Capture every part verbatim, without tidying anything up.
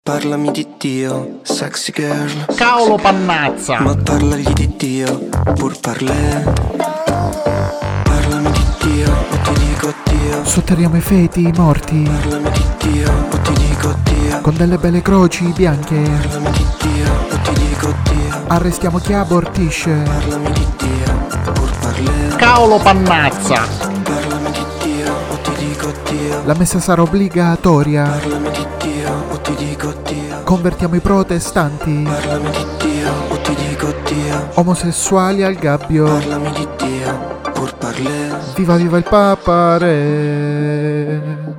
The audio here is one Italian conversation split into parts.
Parlami di Dio, sexy girl. Cavolo pannazza. Ma parlagli di Dio, pur parlè. Parlami di Dio, o ti dico Dio. Sotterriamo i feti, i morti. Parlami di Dio, o ti dico Dio. Con delle belle croci bianche. Parlami di Dio, o ti dico Dio. Arrestiamo chi abortisce. Parlami di Dio, pur parlè. Cavolo pannazza. Parlami di Dio, o ti dico Dio. La messa sarà obbligatoria. Parlami di Dio, o ti dico Dio. Convertiamo i protestanti. Parlami di Dio, o ti dico Dio. Omosessuali al gabbio. Parlami di Dio, pur parlè. Viva viva il Papa Re.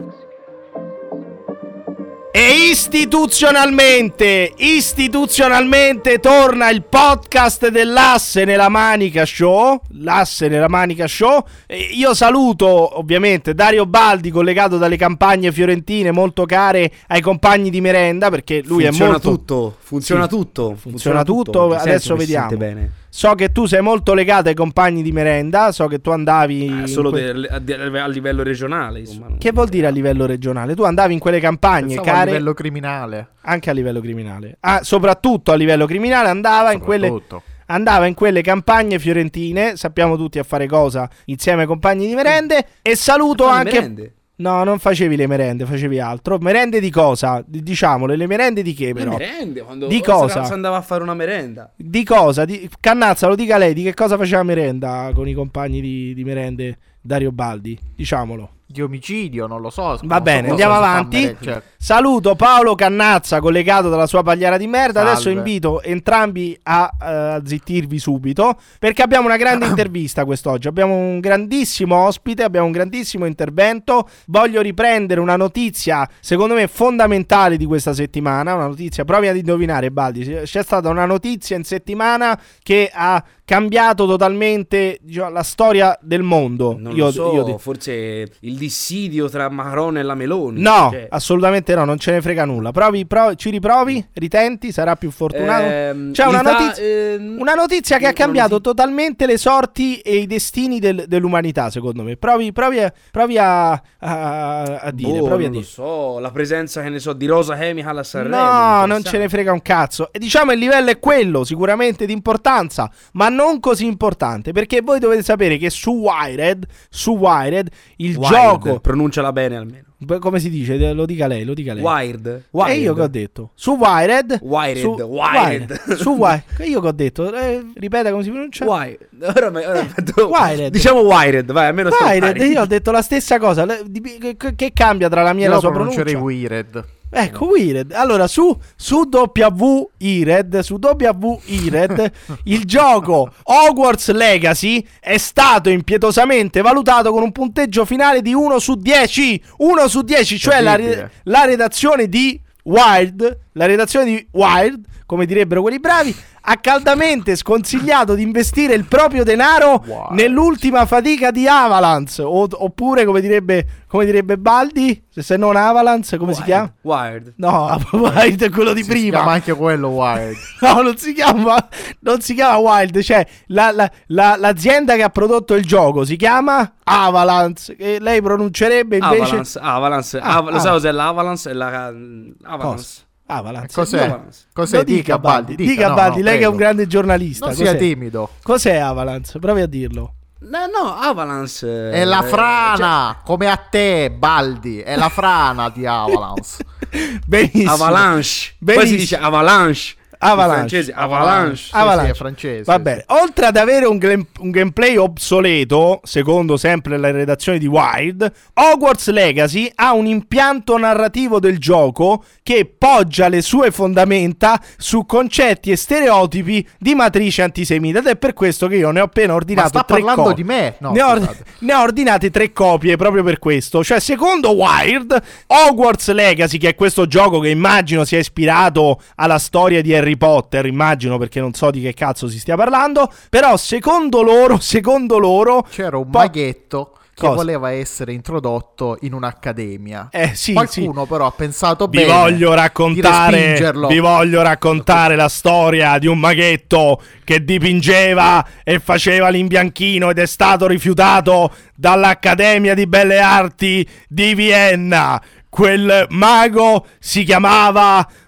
E istituzionalmente, istituzionalmente torna il podcast dell'Asse nella Manica Show, l'Asse nella Manica Show. E io saluto ovviamente Dario Baldi, collegato dalle campagne fiorentine molto care ai compagni di merenda, perché lui funziona è molto... tutto, funziona Sì, tutto, funziona, funziona tutto, tutto. adesso Che vediamo. bene. So che tu sei molto legato ai compagni di merenda, so che tu andavi... Eh, solo que- de- a, a livello regionale, insomma. Che vuol dire a livello regionale? Tu andavi in quelle campagne Pensavo care... a livello criminale. Anche a livello criminale, ah, soprattutto a livello criminale andava in, quelle, andava in quelle campagne fiorentine. Sappiamo tutti a fare cosa insieme ai compagni di merende. E saluto Fai le anche merende? No, non facevi le merende, facevi altro. Merende di cosa? D- diciamole, le merende di che però? Le merende, quando Di cosa? si andava a fare una merenda. Di cosa? Di... Cannazza, lo dica lei, di che cosa faceva merenda con i compagni di, di merende Dario Baldi? Diciamolo. Di omicidio, non lo so. Va bene, so andiamo cosa si fa avanti. mere- cioè, Saluto Paolo Cannazza, collegato dalla sua pagliara di merda. Salve. Adesso invito entrambi a, uh, a zittirvi subito, perché abbiamo una grande intervista quest'oggi. Abbiamo un grandissimo ospite, abbiamo un grandissimo intervento. Voglio riprendere una notizia, secondo me, fondamentale di questa settimana. Una notizia, provi ad indovinare, Baldi. C'è stata una notizia in settimana che ha cambiato totalmente, diciamo, la storia del mondo. Non io, lo so, io forse il dissidio tra Macron e la Meloni. No, cioè, assolutamente no, non ce ne frega nulla. Provi, provi, ci riprovi, ritenti, sarà più fortunato. ehm, C'è una l'Ita- notizia, ehm, una notizia che ha una cambiato notizia- totalmente le sorti e i destini del- dell'umanità, secondo me. Provi, provi, a, provi a, a, a dire, boh, provi a non lo dire. so, la presenza, che ne so, di Rosa Chemical a Sanremo. No, non interessante. ce ne frega un cazzo. E diciamo il livello è quello, sicuramente di importanza, ma non così importante, perché voi dovete sapere che su Wired, su Wired, il Wired, gioco, pronunciala bene almeno. beh, come si dice? Lo dica lei, lo dica lei. Wired. E io che ho detto? Su Wired. Wired, Su Wired. Wired. Su Wired. Io che ho detto? Eh, ripeta come si pronuncia. Wired. Ora, ora, fatto... Wired. Diciamo Wired, vai, almeno sto Wired. pari. Io ho detto la stessa cosa. Le- di- Che, che cambia tra la mia e io la lo sua pronuncerei pronuncia? Wired. Ecco, Wired. Allora, su, su W I R E D, su W I R E D, il gioco Hogwarts Legacy è stato impietosamente valutato con un punteggio finale di uno su dieci. uno su dieci, cioè la, Terribile. la redazione di Wired, la redazione di Wired, come direbbero quelli bravi, ha caldamente sconsigliato di investire il proprio denaro Wired. nell'ultima fatica di Avalanche, o- oppure come direbbe, come direbbe Baldi, se, se non Avalanche, come si chiama? Wired. No, Wild è quello di Si prima. chiama anche quello Wired. No, non si chiama, non si chiama Wild. Cioè, la- la- la- l'azienda che ha prodotto il gioco si chiama Avalanche. Che lei pronuncerebbe invece Avalanche, Avalanche. Ah, Av- lo ah. sai cos'è l'Avalanche? È la Avalanche. Cosa? Avalanche. Cos'è? Avalanche. Cos'è? Lo Dica Baldi. Dica no, Baldi, no, lei che è un prego. grande giornalista. Non Cos'è? sia timido. Cos'è Avalanche? Provi a dirlo. No, no, Avalanche. È la eh, frana, come a te, Baldi. È la frana di Avalanche. Benissimo. Avalanche. Poi Benissimo. si dice Avalanche. Avalanche. In francese, Avalanche. Sì, Avalanche. sì, è francese. Va sì, bene. sì. Oltre ad avere un, glam- un gameplay obsoleto, secondo sempre la redazione di Wired, Hogwarts Legacy ha un impianto narrativo del gioco che poggia le sue fondamenta su concetti e stereotipi di matrice antisemita, ed è per questo che io ne ho appena Ma ordinato sta tre parlando copie. di me? No, ne, ho, scusate. ne ho ordinate tre copie proprio per questo. Cioè, secondo Wired, Hogwarts Legacy, che è questo gioco che immagino sia ispirato alla storia di Harry Potter, immagino, perché non so di che cazzo si stia parlando, però secondo loro, secondo loro C'era un po- maghetto che Cosa? voleva essere introdotto in un'accademia. Eh sì, Qualcuno sì. però ha pensato Vi bene voglio di raccontare respingerlo. Vi voglio raccontare la storia di un maghetto che dipingeva e faceva l'imbianchino ed è stato rifiutato dall'Accademia di Belle Arti di Vienna. Quel mago si chiamava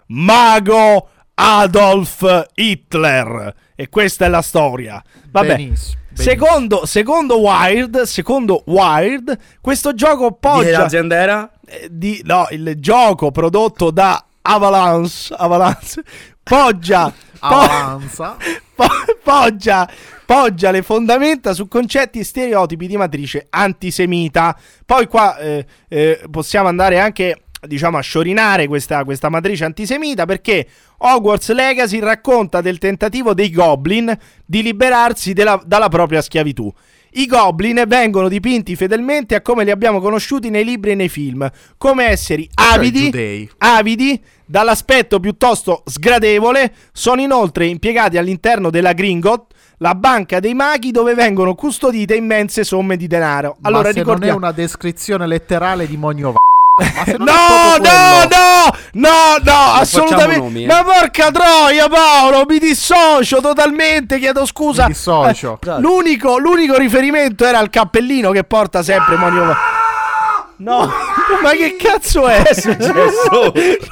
Mago Adolf Hitler. E questa è la storia. Vabbè. Benissimo, benissimo. Secondo, secondo Wired, secondo Wired, questo gioco Di che poggia l'azienda era? eh, di, no, il gioco prodotto da Avalanche, Avalanche poggia po- Avanza. po- poggia poggia le fondamenta su concetti e stereotipi di matrice antisemita. Poi qua eh, eh, possiamo andare anche, diciamo, a sciorinare questa, questa matrice antisemita, perché Hogwarts Legacy racconta del tentativo dei Goblin di liberarsi della, dalla propria schiavitù. I Goblin vengono dipinti fedelmente a come li abbiamo conosciuti nei libri e nei film, come esseri avidi, giudei. avidi, dall'aspetto piuttosto sgradevole. Sono inoltre impiegati all'interno della Gringotts, la banca dei maghi, dove vengono custodite immense somme di denaro. Ma Allora se ricordiamo... non è una descrizione letterale di Monio Ma se No, non è proprio no, quello- no, no, no, Non assolutamente. facciamo nomi, eh. Ma porca troia, Paolo, mi dissocio totalmente, chiedo scusa. Mi dissocio. Eh, l'unico, l'unico riferimento era il cappellino che porta sempre Monio. No, ma che cazzo è? Successo.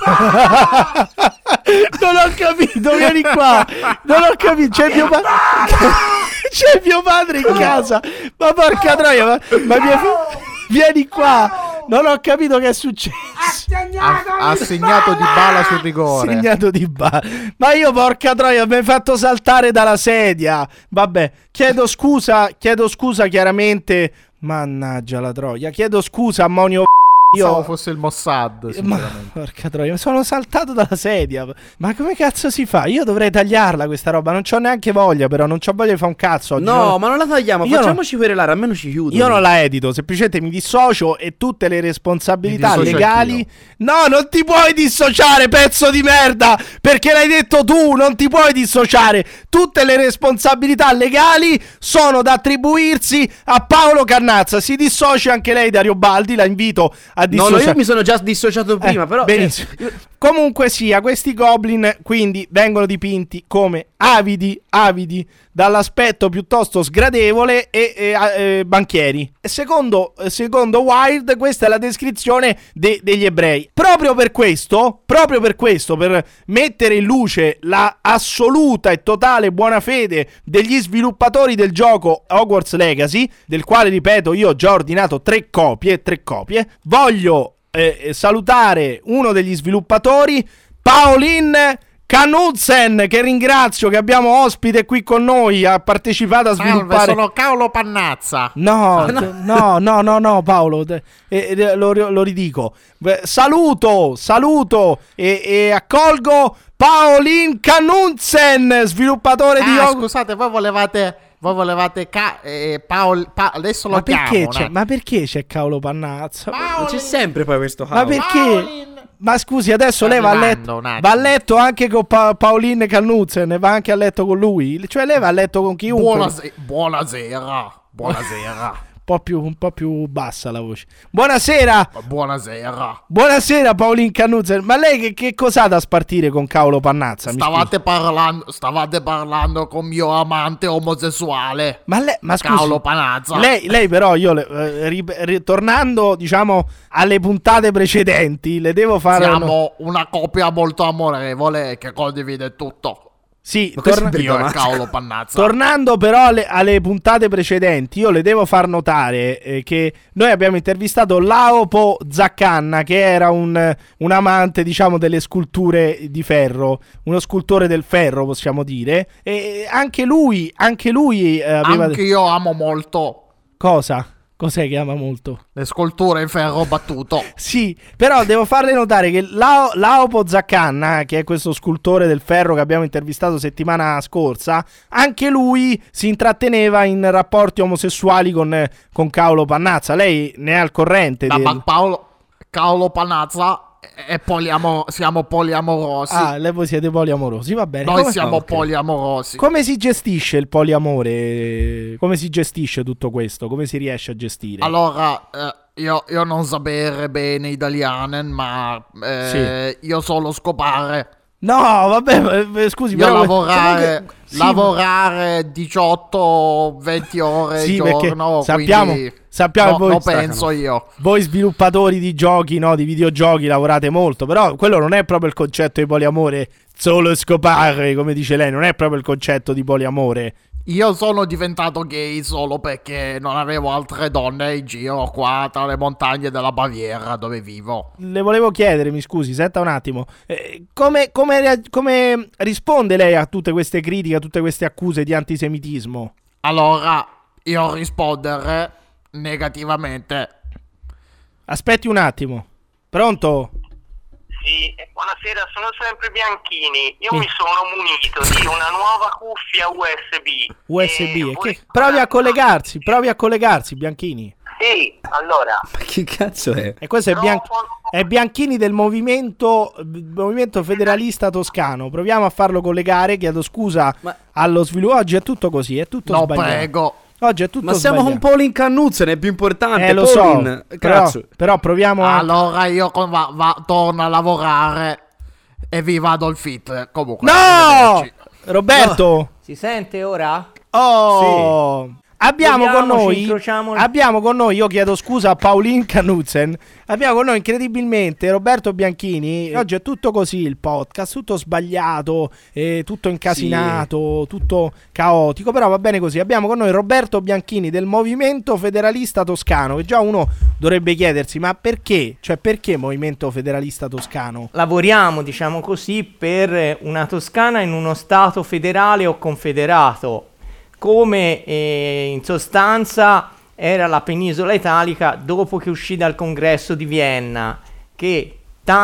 Non ho capito, vieni qua. Non ho capito, c'è mio padre. C'è mio padre in casa. Ma porca troia, ma, ma mia fi- vieni qua. Non ho capito che è successo. Ha, ha segnato Di Bala sul rigore. Segnato di ba- Ma io, porca troia, mi hai fatto saltare dalla sedia. Vabbè, chiedo scusa, chiedo scusa chiaramente. Mannaggia la troia. Chiedo scusa a Monio. Pensavo Io fosse il Mossad, Ma sinceramente. porca troia, mi sono saltato dalla sedia. Ma come cazzo si fa? Io dovrei tagliarla questa roba. Non c'ho neanche voglia, però. Non c'ho voglia di fare un cazzo oggi. No, Non- ma non la tagliamo, Io facciamoci querelare, almeno ci chiudono. Io non la edito, semplicemente mi dissocio e tutte le responsabilità Mi dissocio legali. anch'io. No, non ti puoi dissociare, pezzo di merda! Perché l'hai detto tu, non ti puoi dissociare. Tutte le responsabilità legali sono da attribuirsi a Paolo Cannazza. Si dissocia anche lei, Dario Baldi. La invito a No, dissociare. no, io mi sono già dissociato prima, Eh, però... benissimo. Comunque sia, questi goblin quindi vengono dipinti come avidi, avidi, dall'aspetto piuttosto sgradevole e, e, eh, banchieri. E secondo, secondo Wired, questa è la descrizione de- degli ebrei. Proprio per questo, proprio per questo, per mettere in luce la assoluta e totale buona fede degli sviluppatori del gioco Hogwarts Legacy, del quale, ripeto, io ho già ordinato tre copie, tre copie, voglio Eh, salutare uno degli sviluppatori, Pauline Knudsen, che ringrazio, che abbiamo ospite qui con noi, ha partecipato a Salve, sviluppare. sono Paolo Pannazza. No, no, no, no, no, Paolo, eh, eh, lo, lo ridico. Eh, Saluto, saluto e, e accolgo Pauline Knudsen, sviluppatore di Ah, Hog- scusate, voi volevate... Voi volevate... Ca- eh, Paol- Pa- adesso lo Ma perché chiamo. c'è, un ma perché c'è Cavolo Pannazza? Ma c'è sempre poi questo Ma caos. perché? Pauline. Ma scusi, adesso Sta lei va a arrivando, letto, un attimo. va a letto anche con pa- Pauline Knudsen, e va anche a letto con lui. Cioè lei va a letto con chiunque. Buonase- buonasera. Buonasera. Un po' più, un po' più bassa la voce. Buonasera, Buonasera. buonasera Pauline Knudsen. Ma lei che, che cos'ha da spartire con Cavolo Pannazza? Mi Stavate parlando, stavate parlando con mio amante omosessuale. scusi. Ma lei, ma scusi, Paolo Panazza. lei, lei però io, le- eh, ri- ritornando diciamo alle puntate precedenti, le devo fare... Siamo una coppia molto amorevole che condivide tutto. Sì, Ma questo torna- è Io e Perdonazza. Paolo Pannazza. Tornando però alle, alle puntate precedenti, io le devo far notare eh, che noi abbiamo intervistato Laopo Zaccanna, che era un, un amante, diciamo, delle sculture di ferro, uno scultore del ferro, possiamo dire, e anche lui, anche lui eh, aveva... Anche io amo molto Cosa? Cos'è che ama molto? le sculture in ferro battuto. Sì, però devo farle notare che Lao- Laopo Zaccanna, che è questo scultore del ferro che abbiamo intervistato settimana scorsa, anche lui si intratteneva in rapporti omosessuali con, con Cavolo Pannazza. Lei ne è al corrente? Da del- ma Paolo, Paolo Pannazza è poliamo- siamo poliamorosi. Ah, lei voi siete poliamorosi, va bene. Noi Come... siamo ok. poliamorosi. come si gestisce il poliamore? Come si gestisce tutto questo? Come si riesce a gestire? Allora, eh, io, io non sapere bene italiano, ma eh, io solo scopare No, vabbè, eh, scusi, Io però lavorare, comunque- sì, lavorare diciotto venti ore Sì, al perché giorno, sappiamo- quindi sappiamo no, che voi lo staccano. penso io. voi sviluppatori di giochi, no, di videogiochi, lavorate molto, però quello non è proprio il concetto di poliamore, solo scopare, come dice lei, non è proprio il concetto di poliamore. Io sono diventato gay solo perché non avevo altre donne in giro qua tra le montagne della Baviera dove vivo. Le volevo chiedere, mi scusi, senta un attimo, eh, come, come rea- come risponde lei a tutte queste critiche, a tutte queste accuse di antisemitismo? Allora, io rispondere negativamente. Aspetti un attimo, pronto? Sì, e buonasera, sono sempre Bianchini. Io Sì. mi sono munito di una nuova cuffia U S B. U S B, E e vorrei- che... provi a collegarsi, provi a collegarsi, Bianchini. Sì, allora. Ma che cazzo è? E questo è, Bian- Microfono- è Bianchini del movimento, movimento federalista toscano. Proviamo a farlo collegare. Chiedo scusa Ma- allo sviluppo. Oggi è tutto così, è tutto No, sbagliato. prego. Oggi è tutto Ma siamo sbagliato. con Pauline Cannutzen, è più importante. Eh, lo Pauline, so. Però, cazzo. però proviamo a. Allora io con- va, va- torno a lavorare e viva Adolf Hitler. Comunque, No! arrivederci. Roberto! Si sente ora? Oh! Abbiamo con Vediamoci, noi, incrociamo- abbiamo con noi, io chiedo scusa a Pauline Cannutzen, abbiamo con noi incredibilmente Roberto Bianchini. Oggi è tutto così il podcast, tutto sbagliato, eh, tutto incasinato, tutto caotico, però va bene così. Abbiamo con noi Roberto Bianchini del Movimento Federalista Toscano, che già uno dovrebbe chiedersi, ma perché? Cioè perché Movimento Federalista Toscano? Lavoriamo, diciamo così, per una Toscana in uno stato federale o confederato, come eh, in sostanza era la penisola italica dopo che uscì dal congresso di Vienna, che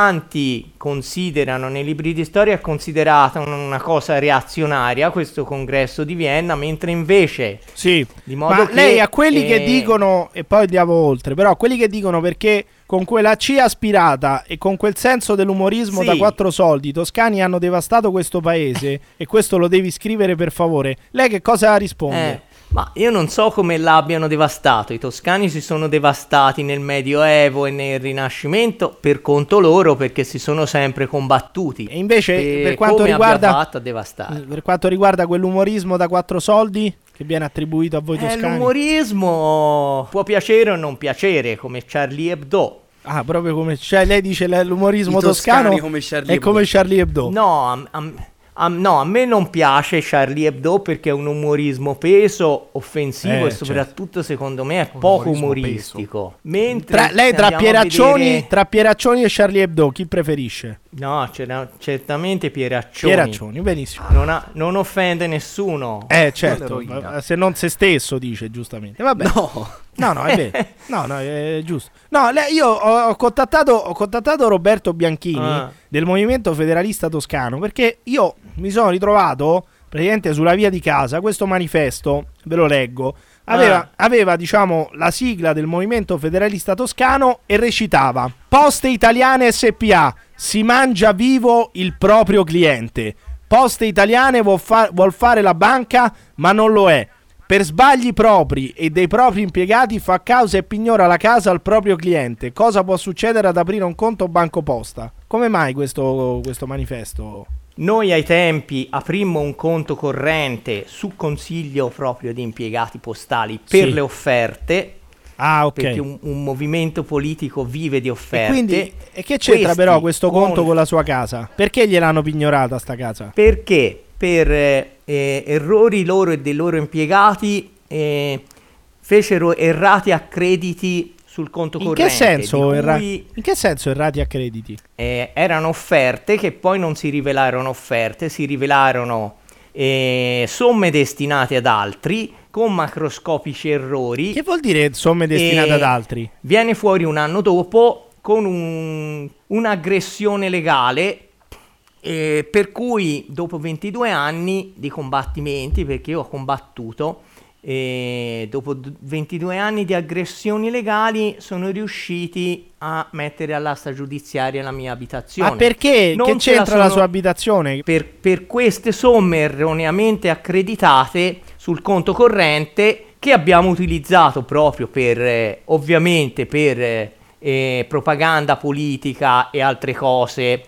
tanti considerano, nei libri di storia è considerata un- una cosa reazionaria questo congresso di Vienna, mentre invece Sì, di modo ma che, lei a quelli che eh, dicono, e poi andiamo oltre, però a quelli che dicono perché con quella C aspirata e con quel senso dell'umorismo Sì. da quattro soldi i toscani hanno devastato questo paese e questo lo devi scrivere per favore, lei che cosa risponde? Eh, ma io non so come l'abbiano devastato. I toscani si sono devastati nel Medioevo e nel Rinascimento per conto loro, perché si sono sempre combattuti. E invece E per quanto come riguarda abbia fatto a devastare? per quanto riguarda quell'umorismo da quattro soldi che viene attribuito a voi Eh, toscani? l'umorismo può piacere o non piacere, come Charlie Hebdo. Ah, proprio come, cioè lei dice l- l'umorismo I toscani toscano come Charlie è come Hebdo. Charlie Hebdo. No, a, a- a- no, a me non piace Charlie Hebdo perché è un umorismo peso, offensivo Eh, e soprattutto secondo me è poco umorismo umoristico. Mentre Tra, lei se tra andiamo a Pieraccioni, vedere- tra Pieraccioni e Charlie Hebdo chi preferisce? No, c'era certamente Pieraccioni. Pieraccioni, benissimo. Non, ha- non offende nessuno. Eh, certo, l'eroina. se non se stesso dice giustamente. Vabbè. No. No, no, è vero. No, no, è giusto. No, le- io ho, ho contattato, ho contattato Roberto Bianchini Ah. del Movimento Federalista Toscano perché io mi sono ritrovato praticamente sulla via di casa questo manifesto, ve lo leggo. Aveva, Ah. aveva, diciamo, la sigla del Movimento Federalista Toscano e recitava: Poste Italiane S P A, si mangia vivo il proprio cliente. Poste Italiane vuol, fa- vuol fare la banca, ma non lo è. Per sbagli propri e dei propri impiegati fa causa e pignora la casa al proprio cliente. Cosa può succedere ad aprire un conto Banco Posta? Come mai questo, questo manifesto? Noi ai tempi aprimmo un conto corrente su consiglio proprio di impiegati postali per Sì. le offerte, Ah, ok. perché un, un movimento politico vive di E offerte. quindi, e che c'entra Questi però questo con- conto con la sua casa? Perché gliel'hanno pignorata sta casa? Perché per eh, eh, errori loro e dei loro impiegati eh, fecero errati accrediti sul conto In corrente. che senso, di erra- cui, in che senso errati a crediti? eh, erano offerte che poi non si rivelarono offerte, si rivelarono eh, somme destinate ad altri con macroscopici errori. Che vuol dire somme destinate E ad altri? Viene fuori un anno dopo con un- un'aggressione legale, eh, per cui dopo ventidue anni di combattimenti, perché io ho combattuto, e dopo d- ventidue anni di aggressioni legali sono riusciti a mettere all'asta giudiziaria la mia abitazione. Ma perché? Non Che ce la c'entra la sono- sua abitazione? per, per queste somme erroneamente accreditate sul conto corrente che abbiamo utilizzato proprio per, eh, ovviamente, per eh, eh, propaganda politica e altre cose,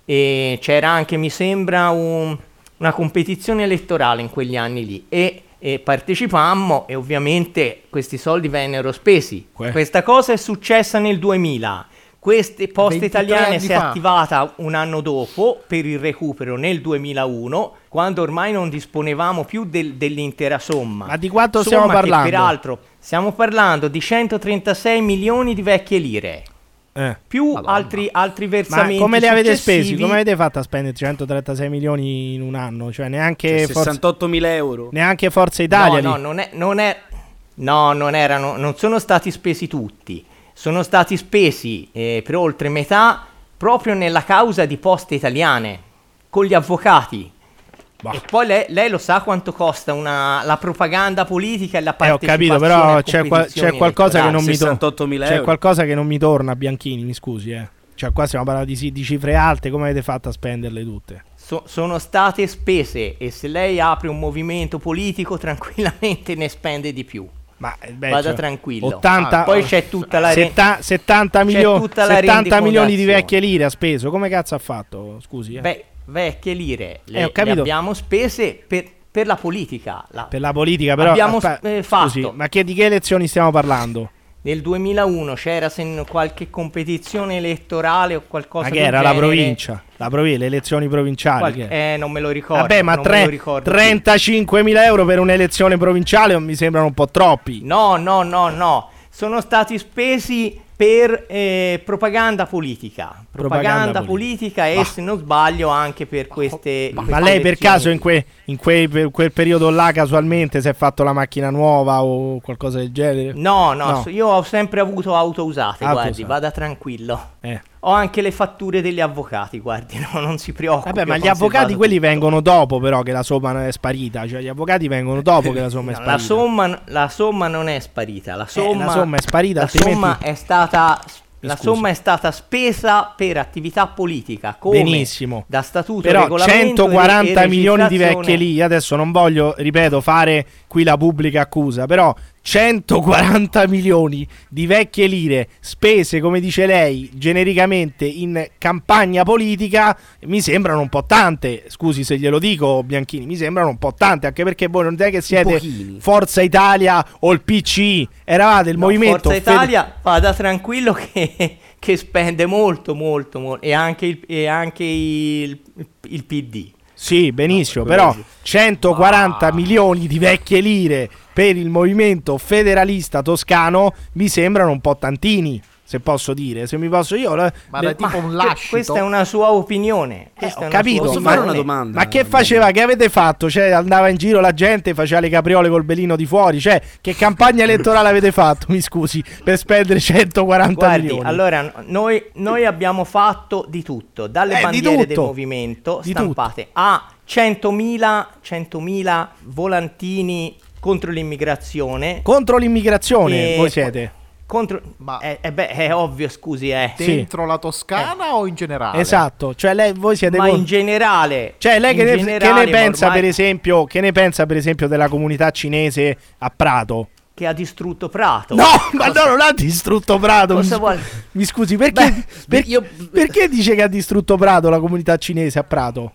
e c'era anche, mi sembra, un, una competizione elettorale in quegli anni lì e, e partecipammo e ovviamente questi soldi vennero spesi. Que- Questa cosa è successa nel duemila. Queste Poste ventitré Italiane anni si è fa. attivata un anno dopo per il recupero nel duemilauno, quando ormai non disponevamo più del- dell'intera somma. Ma di quanto Somma stiamo che parlando? peraltro stiamo parlando di centotrentasei milioni di vecchie lire, Eh. più Madonna. altri, altri Ma versamenti come li avete spesi? successivi. Come avete fatto a spendere centotrentasei milioni in un anno? Cioè neanche, forza, sessantottomila euro. neanche Forza Italia No, lì. no, non è, non è, no, non erano, non sono stati spesi tutti. Sono stati spesi eh, per oltre metà proprio nella causa di Poste Italiane, con gli avvocati. Bah. E poi lei, lei lo sa quanto costa una, la propaganda politica e la Eh, ho partecipazione capito, però a c'è, qua- competizioni c'è qualcosa che non mi torna. sessantottomila C'è euro. qualcosa che non mi torna, Bianchini, mi scusi, eh. Cioè, qua stiamo parlando di, di cifre alte, come avete fatto a spenderle tutte? So- sono state spese e se lei apre un movimento politico tranquillamente ne spende di più. Ma eh, beh, Vada cioè, tranquillo. ottanta, Ah, poi c'è tutta la re- setta- settanta, milio- tutta la settanta milioni di rendicontazione. vecchie lire ha speso. Come cazzo ha fatto? Scusi, eh. Beh, vecchie lire le, Eh, ho capito. le abbiamo spese per, per la politica. La- Per la politica, però. Abbiamo aspe- eh, fatto. Scusi, ma che, di che elezioni stiamo parlando? Nel duemilauno c'era se n- qualche competizione elettorale o qualcosa Ma che del era la genere. provincia? La provincia, le elezioni provinciali. Qual- che è? eh, non me lo ricordo. Vabbè, ma non me tre- lo ricordo più. trentacinquemila euro per un'elezione provinciale mi sembrano un po' troppi. No, no, no, no. Sono stati spesi per eh, propaganda politica. Propaganda, Propaganda politica, e Bah. se non sbaglio anche per queste. Ma queste lei per elezioni. caso in, que- in quei- per quel periodo là casualmente si è fatto la macchina nuova o qualcosa del genere? No, no, No. so- io ho sempre avuto auto usate, Auto guardi, usate. vada tranquillo. Eh. Ho anche le fatture degli avvocati, guardi, no, non si preoccupi. Vabbè, ma ho gli avvocati conservato quelli tutto. vengono dopo però che la somma è sparita. Cioè gli avvocati vengono dopo che la somma è No, sparita. la, somma, la somma non è sparita, la somma, la somma è sparita, la altrimenti- somma è stata... La scusi. somma è stata spesa per attività politica, come Benissimo. da statuto, Però regolamento centoquaranta e milioni di registrazione. vecchie lire. Adesso non voglio, ripeto, fare qui la pubblica accusa, però centoquaranta milioni di vecchie lire spese, come dice lei, genericamente in campagna politica mi sembrano un po' tante. Scusi se glielo dico, Bianchini, mi sembrano un po' tante, anche perché voi non è che siete pochini. Forza Italia o il P C I, eravate il No, movimento Forza fede- Italia, vada tranquillo che, che spende molto, molto, molto. E anche il, e anche il, il P D. Sì, benissimo, No, però quello centoquaranta milioni di vecchie lire per il movimento federalista toscano mi sembrano un po' tantini, se posso dire, se mi posso io. la- Ma le- era tipo un Que- lascito. Questa è una sua opinione. Eh, Questa ho è una capito, sua Posso ma- fare opinione. una domanda? Ma che faceva? Che avete fatto? Cioè, andava in giro la gente, faceva le capriole col belino di fuori. Cioè, che campagna elettorale avete fatto? Mi scusi, per spendere centoquaranta Guardi, milioni. allora n- noi, noi abbiamo fatto di tutto, dalle Eh, di bandiere del tutto. movimento Di stampate a centomila, centomila volantini contro l'immigrazione. Contro l'immigrazione, E- voi siete. Contro, Ma- eh, eh beh, è ovvio, scusi, eh. Sì. Dentro la Toscana o in generale? Esatto, cioè lei, voi siete Ma con- in generale, Cioè, lei che in ne, che generale, ne pensa, ormai- per esempio, che ne pensa, per esempio, della comunità cinese a Prato? che ha distrutto Prato? No, ma no, non ha distrutto Prato. Mi, Cosa scu- vuole? mi scusi, perché, Beh, per- io- perché dice che ha distrutto Prato, la comunità cinese a Prato?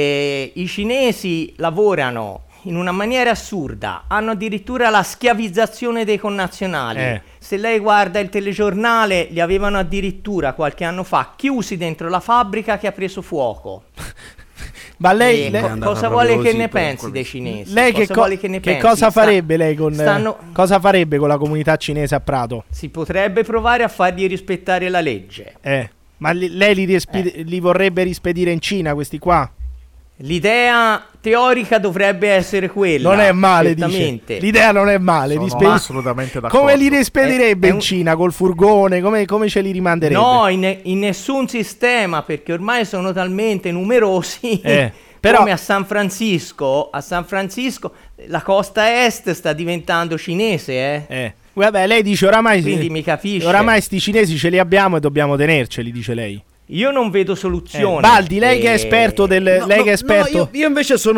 E i cinesi lavorano in una maniera assurda, hanno addirittura la schiavizzazione dei connazionali. Eh. Se lei guarda il telegiornale, li avevano addirittura qualche anno fa chiusi dentro la fabbrica che ha preso fuoco. Ma lei, E lei- co- andata cosa proprio vuole che così ne per pensi quello. dei cinesi? lei che, cosa co- vuole che ne che pensi? cosa Sta- farebbe lei con stanno- cosa farebbe con la comunità cinese a Prato? Si potrebbe provare a fargli rispettare la legge. Eh, ma li- lei li, riespi- Eh. li vorrebbe rispedire in Cina questi qua? L'idea teorica dovrebbe essere quella. Non è male, dice. certamente. L'idea non è male. Sono rispe- assolutamente d'accordo. Come li rispedirebbe È- è in un- Cina col furgone? Come, come ce li rimanderebbe? No, in, in nessun sistema, perché ormai sono talmente numerosi. Eh, però- Come a San Francisco, a San Francisco la costa est sta diventando cinese, eh. Eh. Vabbè, lei dice oramai, Quindi mi capisce. oramai sti cinesi ce li abbiamo e dobbiamo tenerceli, dice lei. Io non vedo Eh, soluzione. Baldi, lei che è Eh, esperto del No, lei no, che è no, esperto io, io invece sono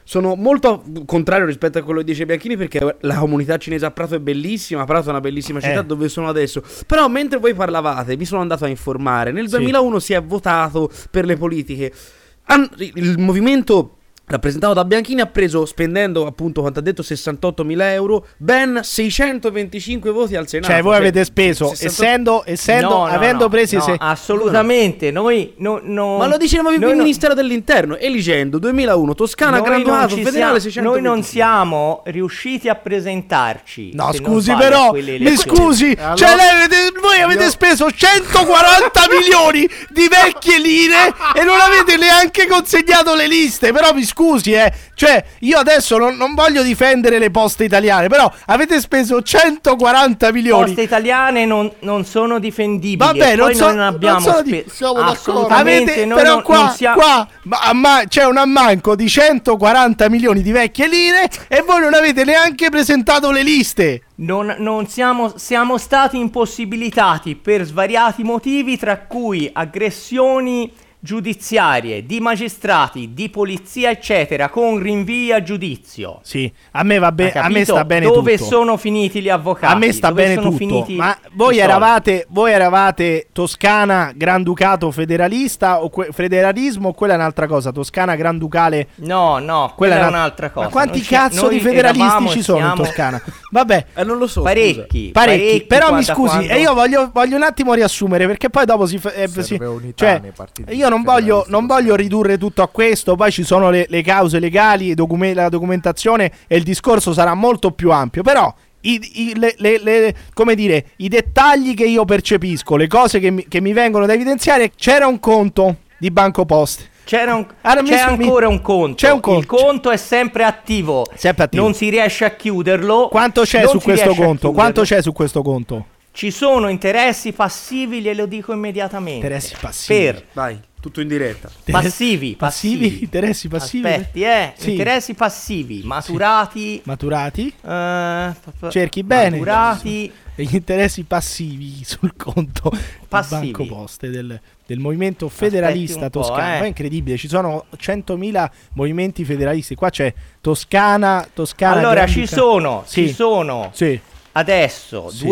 sono molto contrario rispetto a quello che dice Bianchini, perché la comunità cinese a Prato è bellissima. Prato è una bellissima città Eh. dove sono adesso. Però mentre voi parlavate mi sono andato a informare. Nel Sì. duemilauno si è votato per le politiche. Han- il movimento rappresentato da Bianchini ha preso, spendendo appunto quanto ha detto sessantottomila euro, ben seicentoventicinque voti al Senato. Cioè voi avete speso, sessantotto essendo, essendo No, no, avendo no, presi no, se- assolutamente. Noi no, no, Ma lo diceva il noi non- Ministero dell'Interno, eligendo duemilauno Toscana noi Granducato non ci federale siamo- Noi non seicentoventicinque. siamo riusciti a presentarci. No, se non scusi, sbaglio, a però, quelle mi elezioni. scusi, allora- cioè lei avete- voi avete speso centoquaranta milioni di vecchie lire e non avete neanche consegnato le liste. Però mi scusi, eh, cioè io adesso non, non voglio difendere le poste italiane, però avete speso centoquaranta milioni. Poste italiane non, non sono difendibili. Vabbè, e non poi so- noi non abbiamo non sono di- spe- siamo d'accordo. assolutamente. Avete, noi però non, qua, non siamo- qua ma, ma- c'è un ammanco di centoquaranta milioni di vecchie lire e voi non avete neanche presentato le liste. Non, non siamo, siamo stati impossibilitati per svariati motivi, tra cui aggressioni giudiziarie di magistrati, di polizia, eccetera, con rinvii a giudizio. Sì, a me va Hai bene, a me capito? sta bene Dove tutto. sono finiti gli avvocati? A me sta Dove bene sono tutto, finiti ma i voi soldi? eravate, voi eravate Toscana Granducato federalista o que- federalismo o quella è un'altra cosa? Toscana Granducale, No, no, quella quella è una- un'altra cosa. Ma quanti Noi ci- cazzo noi di federalisti eravamo ci e sono in siamo Toscana? Vabbè, Eh, non lo so. scusa. Parecchi, parecchi, però mi guarda, scusi, quando- e io voglio, voglio un attimo riassumere perché poi dopo si, fa- eh, Serve si- unità cioè, nei partiti io non voglio, federalisti non voglio ridurre tutto a questo, poi ci sono le, le cause legali, i docume- la documentazione e il discorso sarà molto più ampio, però i, i- le- le- le- come dire, i dettagli che io percepisco, le cose che mi, che mi vengono da evidenziare, c'era un conto di Banco Poste. C'era un, Allora, mi c'è scu- mi- ancora un conto. c'è un conto. Il conto è sempre attivo. Sempre attivo. Non si riesce a chiuderlo. Quanto c'è Non su si questo riesce a conto? chiuderlo. Quanto c'è su questo conto? Ci sono interessi passivi, glielo dico immediatamente. Interessi passivi. Per Vai, tutto in diretta. passivi, passivi, passivi. interessi passivi. Aspetti, eh, Sì. interessi passivi, maturati. Maturati. eh, pa- pa- Cerchi bene. Maturati. E gli interessi passivi sul conto Passivi. Banco Poste del, del movimento federalista Aspetti un po', toscano. eh. Ma è incredibile, ci sono centomila movimenti federalisti. Qua c'è Toscana, Toscana. Allora Granduca- ci sono, Sì. ci sono Sì. adesso Sì.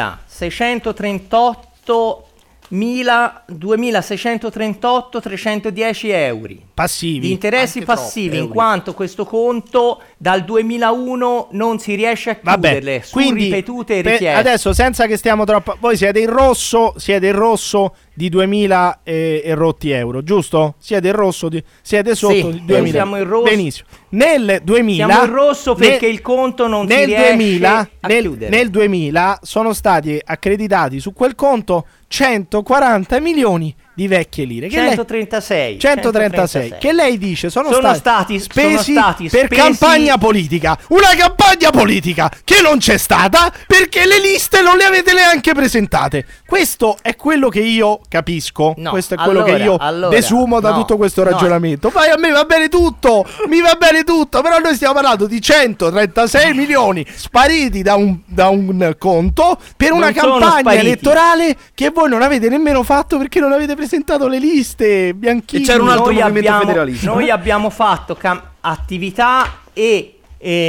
duemilaseicentotrentotto mila duemilaseicentotrentotto trecentodieci euro Passivi. di interessi Anche troppo, passivi, in euro. quanto questo conto dal duemilauno non si riesce a Vabbè, chiuderle su quindi ripetute per- richieste. adesso senza che stiamo troppo. Voi siete in rosso, siete in rosso di duemila e, e rotti euro, giusto? Siete in rosso, di, siete sotto Sì, di noi duemila. siamo in rosso. Benissimo. Nel duemila Siamo in rosso perché nel- il conto non si nel riesce duemila, a nel, chiudere. nel duemila sono stati accreditati su quel conto centoquaranta milioni di vecchie lire. Che lei- centotrentasei centotrentasei che lei dice sono, Sono stati, stati- spesi sono stati per spesi- campagna politica, una campagna politica che non c'è stata perché le liste non le avete neanche presentate. Questo è quello che io capisco, No, questo è quello che allora, io allora, desumo da no, tutto questo no. ragionamento. Poi a me va bene tutto, mi va bene tutto, però noi stiamo parlando di centotrentasei milioni spariti da un, da un conto per una Non sono campagna spariti. elettorale che voi non avete nemmeno fatto perché non avete presentato le liste, Bianchini. E c'era un altro noi movimento abbiamo, federalista. noi abbiamo fatto cam- attività e,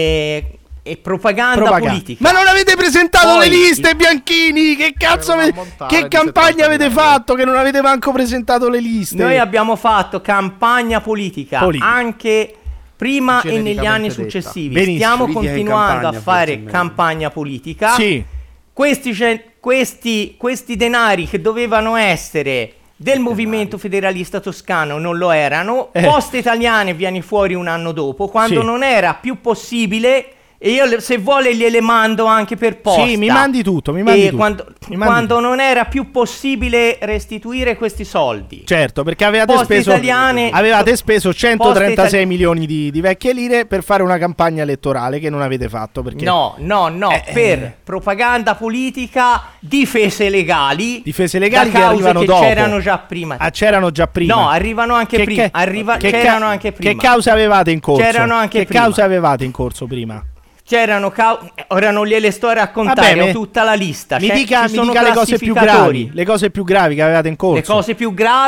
e, e propaganda, Propaganda. politica. Ma non avete presentato Poi- le liste, Bianchini? Che cazzo Per un avete, ammontare che di campagna settanta avete mila fatto che non avete manco presentato le liste? Noi abbiamo fatto campagna politica, Politica. anche prima e negli anni Genericamente detta. successivi. Benissimo. Stiamo Politica in continuando campagna, a fare forse è meglio. campagna politica. Sì. Questi, ce- questi, questi denari che dovevano essere del movimento federalista toscano non lo erano. Eh. Poste Italiane viene fuori un anno dopo, quando Sì. non era più possibile. E io le- se vuole gliele mando anche per posta. Sì, mi mandi tutto, mi mandi E tutto. quando, Mi mandi quando tutto. non era più possibile restituire questi soldi. Certo, perché avevate Poste speso Italiane- avevate speso centotrentasei Poste milioni di, di vecchie lire per fare una campagna elettorale che non avete fatto perché No, no, no, Eh, per eh. propaganda politica, difese legali. Difese legali da che cause arrivano che dopo. c'erano già prima. Ah, c'erano già prima. No, arrivano anche Che- prima. che- Arriva- che c'erano ca- anche prima. Che cause avevate in corso? C'erano anche che prima. cause avevate in corso prima? C'erano cau- ora non gliele sto a raccontare, Vabbè, ho me- tutta la lista. Mi C'è- dica, ci mi sono dica le cose più classificatori. gravi, le cose più gravi che avevate in corso. Le cose più gravi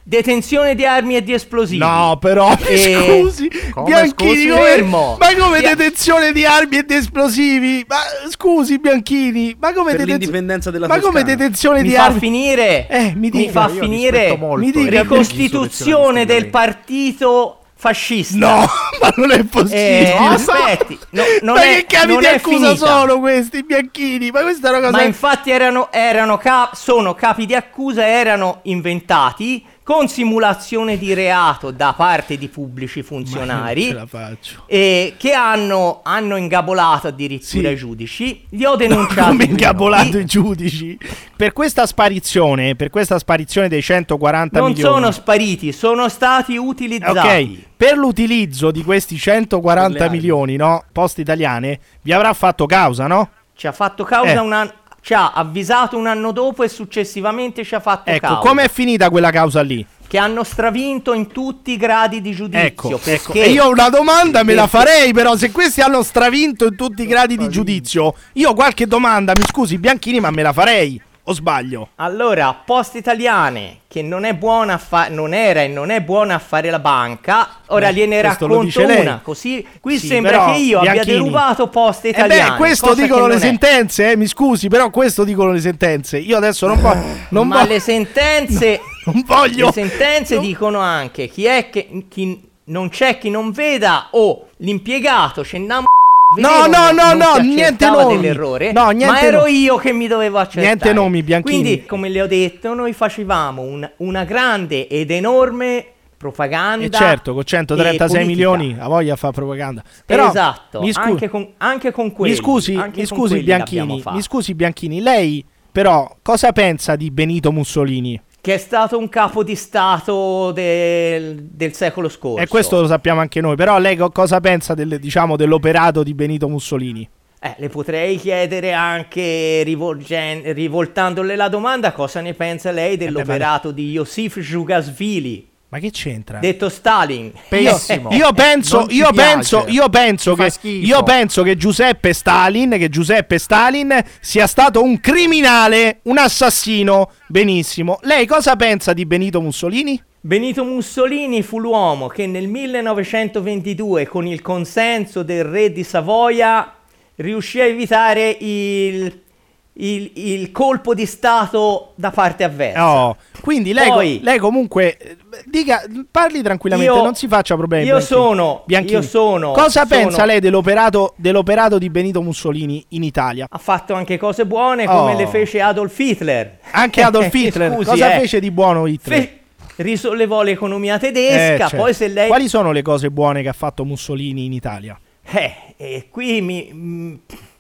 detenzione di armi e di esplosivi. No, però, E- scusi, Come, Bianchini, scusi? come, Fermo. ma come Bia- detenzione di armi e di esplosivi? Ma scusi, Bianchini, ma come Per detenzione l'indipendenza della Ma come Toscana. detenzione Mi di fa armi? finire, Eh, mi mi dica, fa io finire rispetto molto mi dica, il ricostituzione del insurrezionista partito fascista. No, ma non è possibile. Eh, aspetti, no, non ma è, che capi non di è accusa finita. sono questi Bianchini? Ma questa è una cosa Ma infatti erano, erano cap- sono capi di accusa, erano inventati con simulazione di reato da parte di pubblici Ma non ce funzionari la faccio. e che hanno, hanno ingabolato addirittura Sì. i giudici. Li ho denunciati. Come tutti. ingabolato i giudici per questa sparizione, per questa sparizione dei centoquaranta Non milioni. sono spariti, sono stati utilizzati. Ok, per l'utilizzo di questi centoquaranta Per le armi. milioni, no? Poste italiane, vi avrà fatto causa, no? Ci ha fatto causa Eh. un anno. Ci ha avvisato un anno dopo e successivamente ci ha fatto Ecco, causa. com'è finita quella causa lì? Che hanno stravinto in tutti i gradi di giudizio. Ecco, ecco. perché E io una domanda me la perché- farei, però se questi hanno stravinto in tutti i gradi di giudizio, io qualche domanda, mi scusi Bianchini, ma me la farei. O sbaglio? Allora, Poste Italiane, che non è buona a fa- non era e non è buona a fare la banca, ora Beh, gliene questo lo racconto dice lei. una, così qui Sì, sembra però, che io abbia Bianchini- derubato Poste Eh Italiane. beh, questo cosa dicono che le non è. sentenze, eh, mi scusi, però questo dicono le sentenze. Io adesso non, vo- non Ma vo- le sentenze non voglio. Le sentenze No. dicono anche chi è che chi non c'è chi non veda o l'impiegato ce n'ha No, no, no, no, niente nomi. dell'errore, No, niente ma ero nomi. io che mi dovevo accertare. Niente nomi, Bianchini. Quindi, come le ho detto, noi facevamo un- una grande ed enorme propaganda. E certo, con centotrentasei e milioni a voglia fa propaganda. Però, esatto, mi, scu- anche, con, anche con quelli. mi scusi, anche mi con scusi quelli l'abbiamo Bianchini, fatto. mi scusi Bianchini, lei però cosa pensa di Benito Mussolini? Che è stato un capo di stato del, del secolo scorso. E questo lo sappiamo anche noi, però lei co- cosa pensa del, diciamo, dell'operato di Benito Mussolini? Eh, le potrei chiedere anche rivolgen- rivoltandole la domanda cosa ne pensa lei dell'operato di Iosif Jugasvili, Ma che c'entra? detto Stalin. Pessimo. Io, io penso, Non ci io piace. penso, io penso Ci fa che schifo. io penso che Giuseppe Stalin, che Giuseppe Stalin sia stato un criminale, un assassino. Benissimo. Lei cosa pensa di Benito Mussolini? Benito Mussolini fu l'uomo che nel millenovecentoventidue, con il consenso del re di Savoia, riuscì a evitare il, il- il colpo di stato da parte avversa. Oh, quindi lei, Poi- lei comunque eh, dica, parli tranquillamente, Io- non si faccia problemi. io Bianchini. sono- Bianchini. io sono- Cosa sono- pensa lei dell'operato, dell'operato di Benito Mussolini in Italia? Ha fatto anche cose buone come Oh. le fece Adolf Hitler. Anche Adolf Hitler. Scusi, Cosa eh. fece di buono Hitler? Fe- risollevò l'economia Eh, tedesca, certo. poi se lei... Quali sono le cose buone che ha fatto Mussolini in Italia? Eh, e qui mi... mh,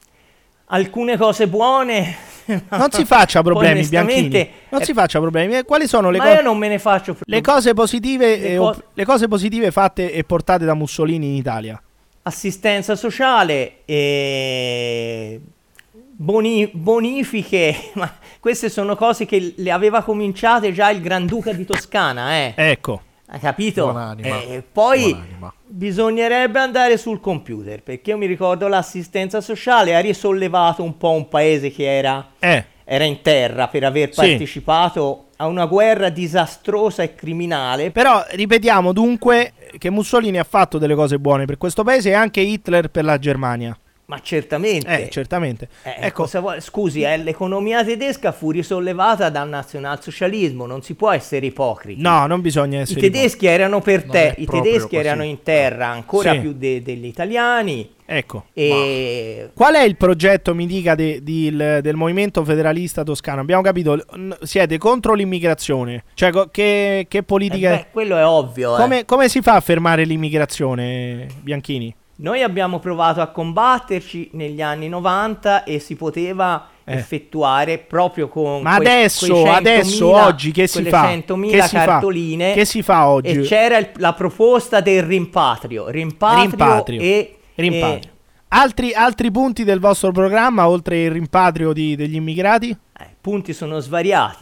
alcune cose buone... Non si faccia problemi, Onestamente, Bianchini. Non eh, si faccia problemi. Eh, Quali sono le, ma co- io non me ne faccio... le cose positive Le e co- op- le cose positive fatte e portate da Mussolini in Italia? Assistenza sociale e... boni- bonifiche, ma queste sono cose che le aveva cominciate già il Granduca di Toscana, eh. Ecco. Hai capito? Buonanima. E poi Buonanima. bisognerebbe andare sul computer, perché io mi ricordo l'assistenza sociale ha risollevato un po' un paese che era, Eh. era in terra per aver Sì. partecipato a una guerra disastrosa e criminale. Però ripetiamo dunque che Mussolini ha fatto delle cose buone per questo paese e anche Hitler per la Germania. Ma certamente. Eh, certamente. Eh, ecco, cosa vuoi- Scusi, eh, l'economia tedesca fu risollevata dal nazionalsocialismo, non si può essere ipocriti. no, non bisogna I essere tedeschi erano per Non te, è i proprio tedeschi così. erano in terra ancora Sì. più de- degli italiani Ecco. e Qual è il progetto, mi dica, de- di- il- del movimento federalista toscano? Abbiamo capito, n- siete contro l'immigrazione. Cioè, co- che, che eh politica... beh, quello è ovvio. eh. come, come si fa a fermare l'immigrazione, Bianchini? Noi abbiamo provato a combatterci negli anni novanta e si poteva Eh. effettuare proprio con Ma que- adesso, quei adesso, centomila oggi, che si quelle fa? centomila Che si fa? cartoline. Che si fa oggi? E c'era il- la proposta del rimpatrio, rimpatrio, Rimpatrio. e Rimpatrio. Altri, altri punti del vostro programma, oltre il rimpatrio di- degli immigrati? e- eh, punti sono svariati.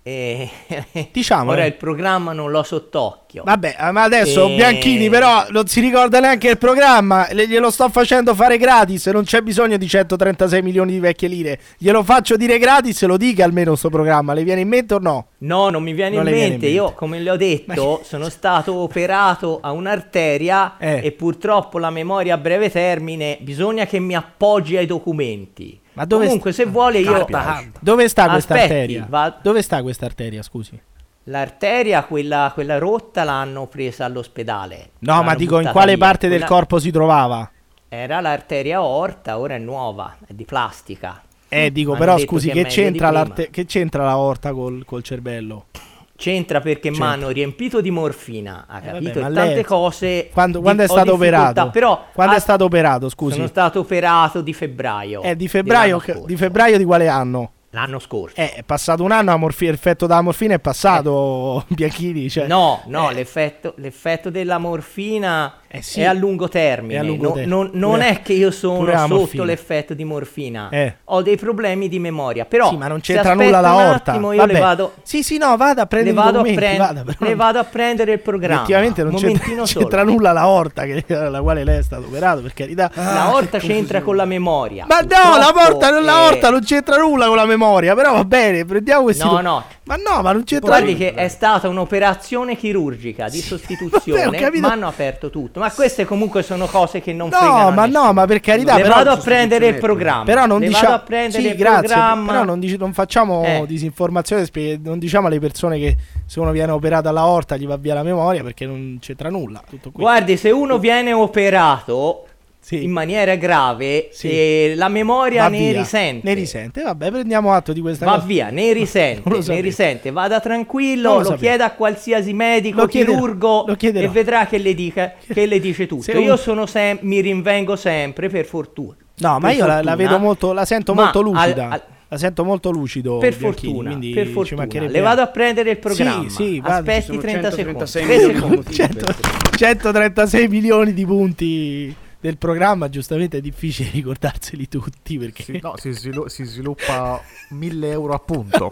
E Diciamolo. ora il programma non l'ho sott'occhio. Vabbè, ma adesso E- Bianchini però non si ricorda neanche il programma, le- glielo sto facendo fare gratis, non c'è bisogno di centotrentasei milioni di vecchie lire, glielo faccio dire gratis, lo dica almeno sto programma, le viene in mente o no? No, non mi viene, Non in, le mente. viene in mente. Io, come le ho detto, sono stato operato a un'arteria Eh. e purtroppo la memoria a breve termine bisogna che mi appoggi ai documenti. Ma dove Comunque, se vuole io... Dove sta questa Aspetti, arteria? va- Dove sta questa arteria, scusi? L'arteria, quella, quella rotta, l'hanno presa all'ospedale. No, ma L'hanno dico in buttata quale via. parte del Quella- corpo si trovava? Era l'arteria aorta, ora è nuova, è di plastica. Eh, dico, Hanno però detto scusi, che è che meglio c'entra, di l'arte- prima. che c'entra l'aorta col, col cervello? C'entra perché mi C'entra. hanno riempito di morfina, ha Eh, capito? vabbè, E ma tante lei- cose. Quando, di- quando è ho stato difficoltà, operato? Però Quando ah, è stato operato, scusi? sono stato operato di febbraio. Eh, di febbraio, dell'anno che- scorso. di febbraio di quale anno? L'anno scorso. Eh, è passato un anno, la morfi- l'effetto della morfina è passato, Bianchini, cioè. No, no, Eh. l'effetto, l'effetto della morfina Eh sì. è a lungo termine. È a lungo No- termine. non non Pure- è che io sono pure la sotto morfina. l'effetto di morfina. Eh. Ho dei problemi di memoria. Però Sì, ma non se c'entra aspetta nulla la un orta. attimo, io Vabbè. le vado, Sì, sì, no, vada a le prendere i vado, a, documenti, prend- vada, però le non- vado a prendere il programma. Effettivamente non c'entra, Momentino non solo. c'entra nulla la orta che, alla quale lei è stato operato, per carità. La orta c'entra con la memoria. Ma no, la, Purtroppo, porta, la eh, orta non c'entra nulla con la memoria, però va bene, prendiamo questi... No, do- no. Ma no, ma non c'entra Guardi nulla. che è stata un'operazione chirurgica di sostituzione, vabbè, ho capito. ma hanno aperto tutto. Ma queste comunque sono cose che non fregano No, a ma nessuno. no, ma per carità, Le però, vado a prendere il programma. però non Le diciamo... vado a prendere Sì, il grazie, programma. però non, dici- non facciamo Eh. disinformazione, spie- non diciamo alle persone che se uno viene operato alla orta gli va via la memoria, perché non c'entra nulla, tutto qui. Guardi, se uno viene operato Sì. in maniera grave, Sì. eh, la memoria Va ne via. risente. Ne risente, vabbè, prendiamo atto di questa Va cosa. via, ne Non risente, lo ne sapevo. risente. Vada Non tranquillo, lo lo, sapevo. chieda a qualsiasi medico, Lo chiederò, chirurgo lo chiederò. e vedrà che le, dica, che le dice tutto. Se Io un- sono sem- mi rinvengo sempre, per fortuna. No, ma Per io la, la fortuna. vedo molto, la sento Ma molto al- lucida. al- La sento molto lucido. Per Bianchini, fortuna, quindi per ci fortuna. mancherebbe Le vado a prendere il programma. Sì, sì, vada, Aspetti sono trenta secondi. centotrentasei tre milioni secondi. di cento centotrentasei milioni di punti del programma, giustamente è difficile ricordarseli tutti perché Sì, no, si, svilu- si sviluppa mille euro a punto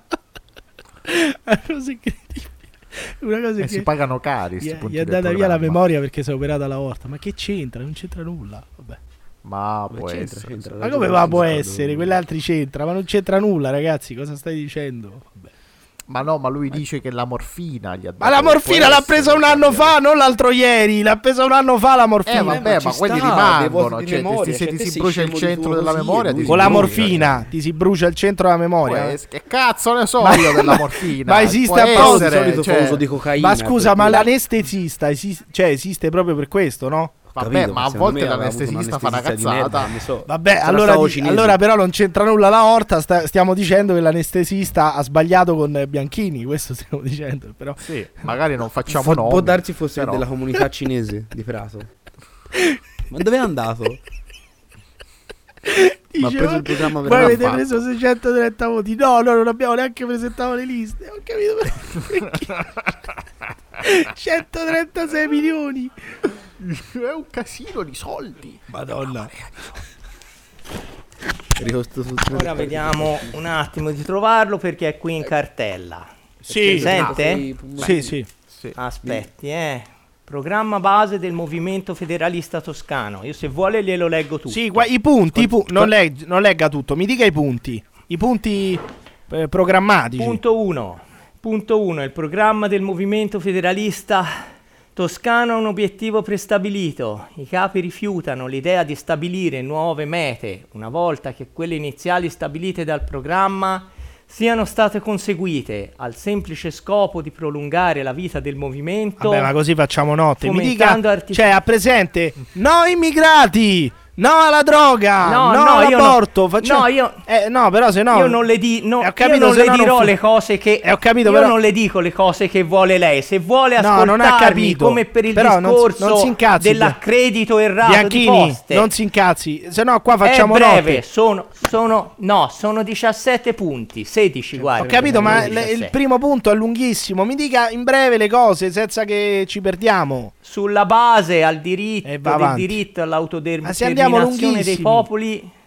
è una cosa incredibile. Una cosa e che si pagano cari gli, sti è- punti gli è del andata via la programma. memoria perché si è operata alla orta. Ma che c'entra? Non c'entra nulla. Vabbè. Ma può c'entra, essere. c'entra. Ma come va può essere? Quell'altri c'entra, ma non c'entra nulla, ragazzi. Cosa stai dicendo? Vabbè. Ma no, ma lui dice che la morfina gli ha dato. Ma la morfina può l'ha essere, presa un anno fa, non l'altro ieri. L'ha presa un anno fa la morfina. Eh vabbè, ma ma, ci quelli sta, dei rimangono. vuoti di Cioè, memoria, se cioè, ti te si sei brucia il scemo di centro della tifolosia, memoria, lui. ti si Con la brucia, morfina ti si brucia il centro della cioè. memoria. Può ess- Che cazzo ne so Ma- io della morfina? ma esiste Può apposta, Di solito cioè, fa uso di cocaina. Ma scusa, per ma cui- l'anestesista esiste, cioè, esiste proprio per questo, no? Vabbè, Capito, ma a secondo volte me aveva avuto l'anestesista fa una un'anestesista di merda, cazzata. non ne so. Vabbè, Sarà allora, stavo di- cinese. allora però non c'entra nulla la orta. sta- stiamo dicendo che l'anestesista ha sbagliato con eh, Bianchini. Questo stiamo dicendo. Però Sì, magari non facciamo Fu- nomi. Può darsi fosse però. della comunità cinese di Prato. Ma dove è andato? Ma ha dice, preso il programma per voi una avete fatta. preso seicentotrenta voti. No, no, non abbiamo neanche presentato le liste. Ho capito perché. centotrentasei milioni. È un casino di soldi. Madonna. Ricostruzione. Ora vediamo un attimo di trovarlo perché è qui in cartella. Sì, Sente? sì, sì. Sì. Aspetti, eh. Programma base del Movimento Federalista Toscano. Io se vuole glielo leggo tutto. Sì, gua- i punti, i pu- non, leg- non legga tutto, mi dica i punti. I punti eh, programmatici. Punto uno. Punto uno. Il programma del Movimento Federalista Toscano ha un obiettivo prestabilito. I capi rifiutano l'idea di stabilire nuove mete una volta che quelle iniziali stabilite dal programma siano state conseguite al semplice scopo di prolungare la vita del movimento. Vabbè, ma così facciamo notte. Mi dica, fomentando arti- cioè, ha presente? No immigrati! No alla droga! No, No, no, io no- all'aborto! faccia- no, io- Eh, no, però se no... Io non le, di- no, Eh, ho io capito, non se le no non dirò fu- le cose che Eh, ho capito, io però- non le dico le cose che vuole lei. Se vuole No, ascoltarmi non ha capito. come per il Però non si- discorso non si incazzi, dell'accredito errato di Bianchini, poste. non si incazzi, se no qua facciamo è breve, notte. sono, sono no, sono diciassette punti, sedici, guarda. Ho capito, ma sono l- diciassette. il primo punto è lunghissimo. Mi dica in breve le cose senza che ci perdiamo. Sulla base al diritto E va del avanti. diritto Ma se andiamo all'autodeterminazione dei lunghissimi. popoli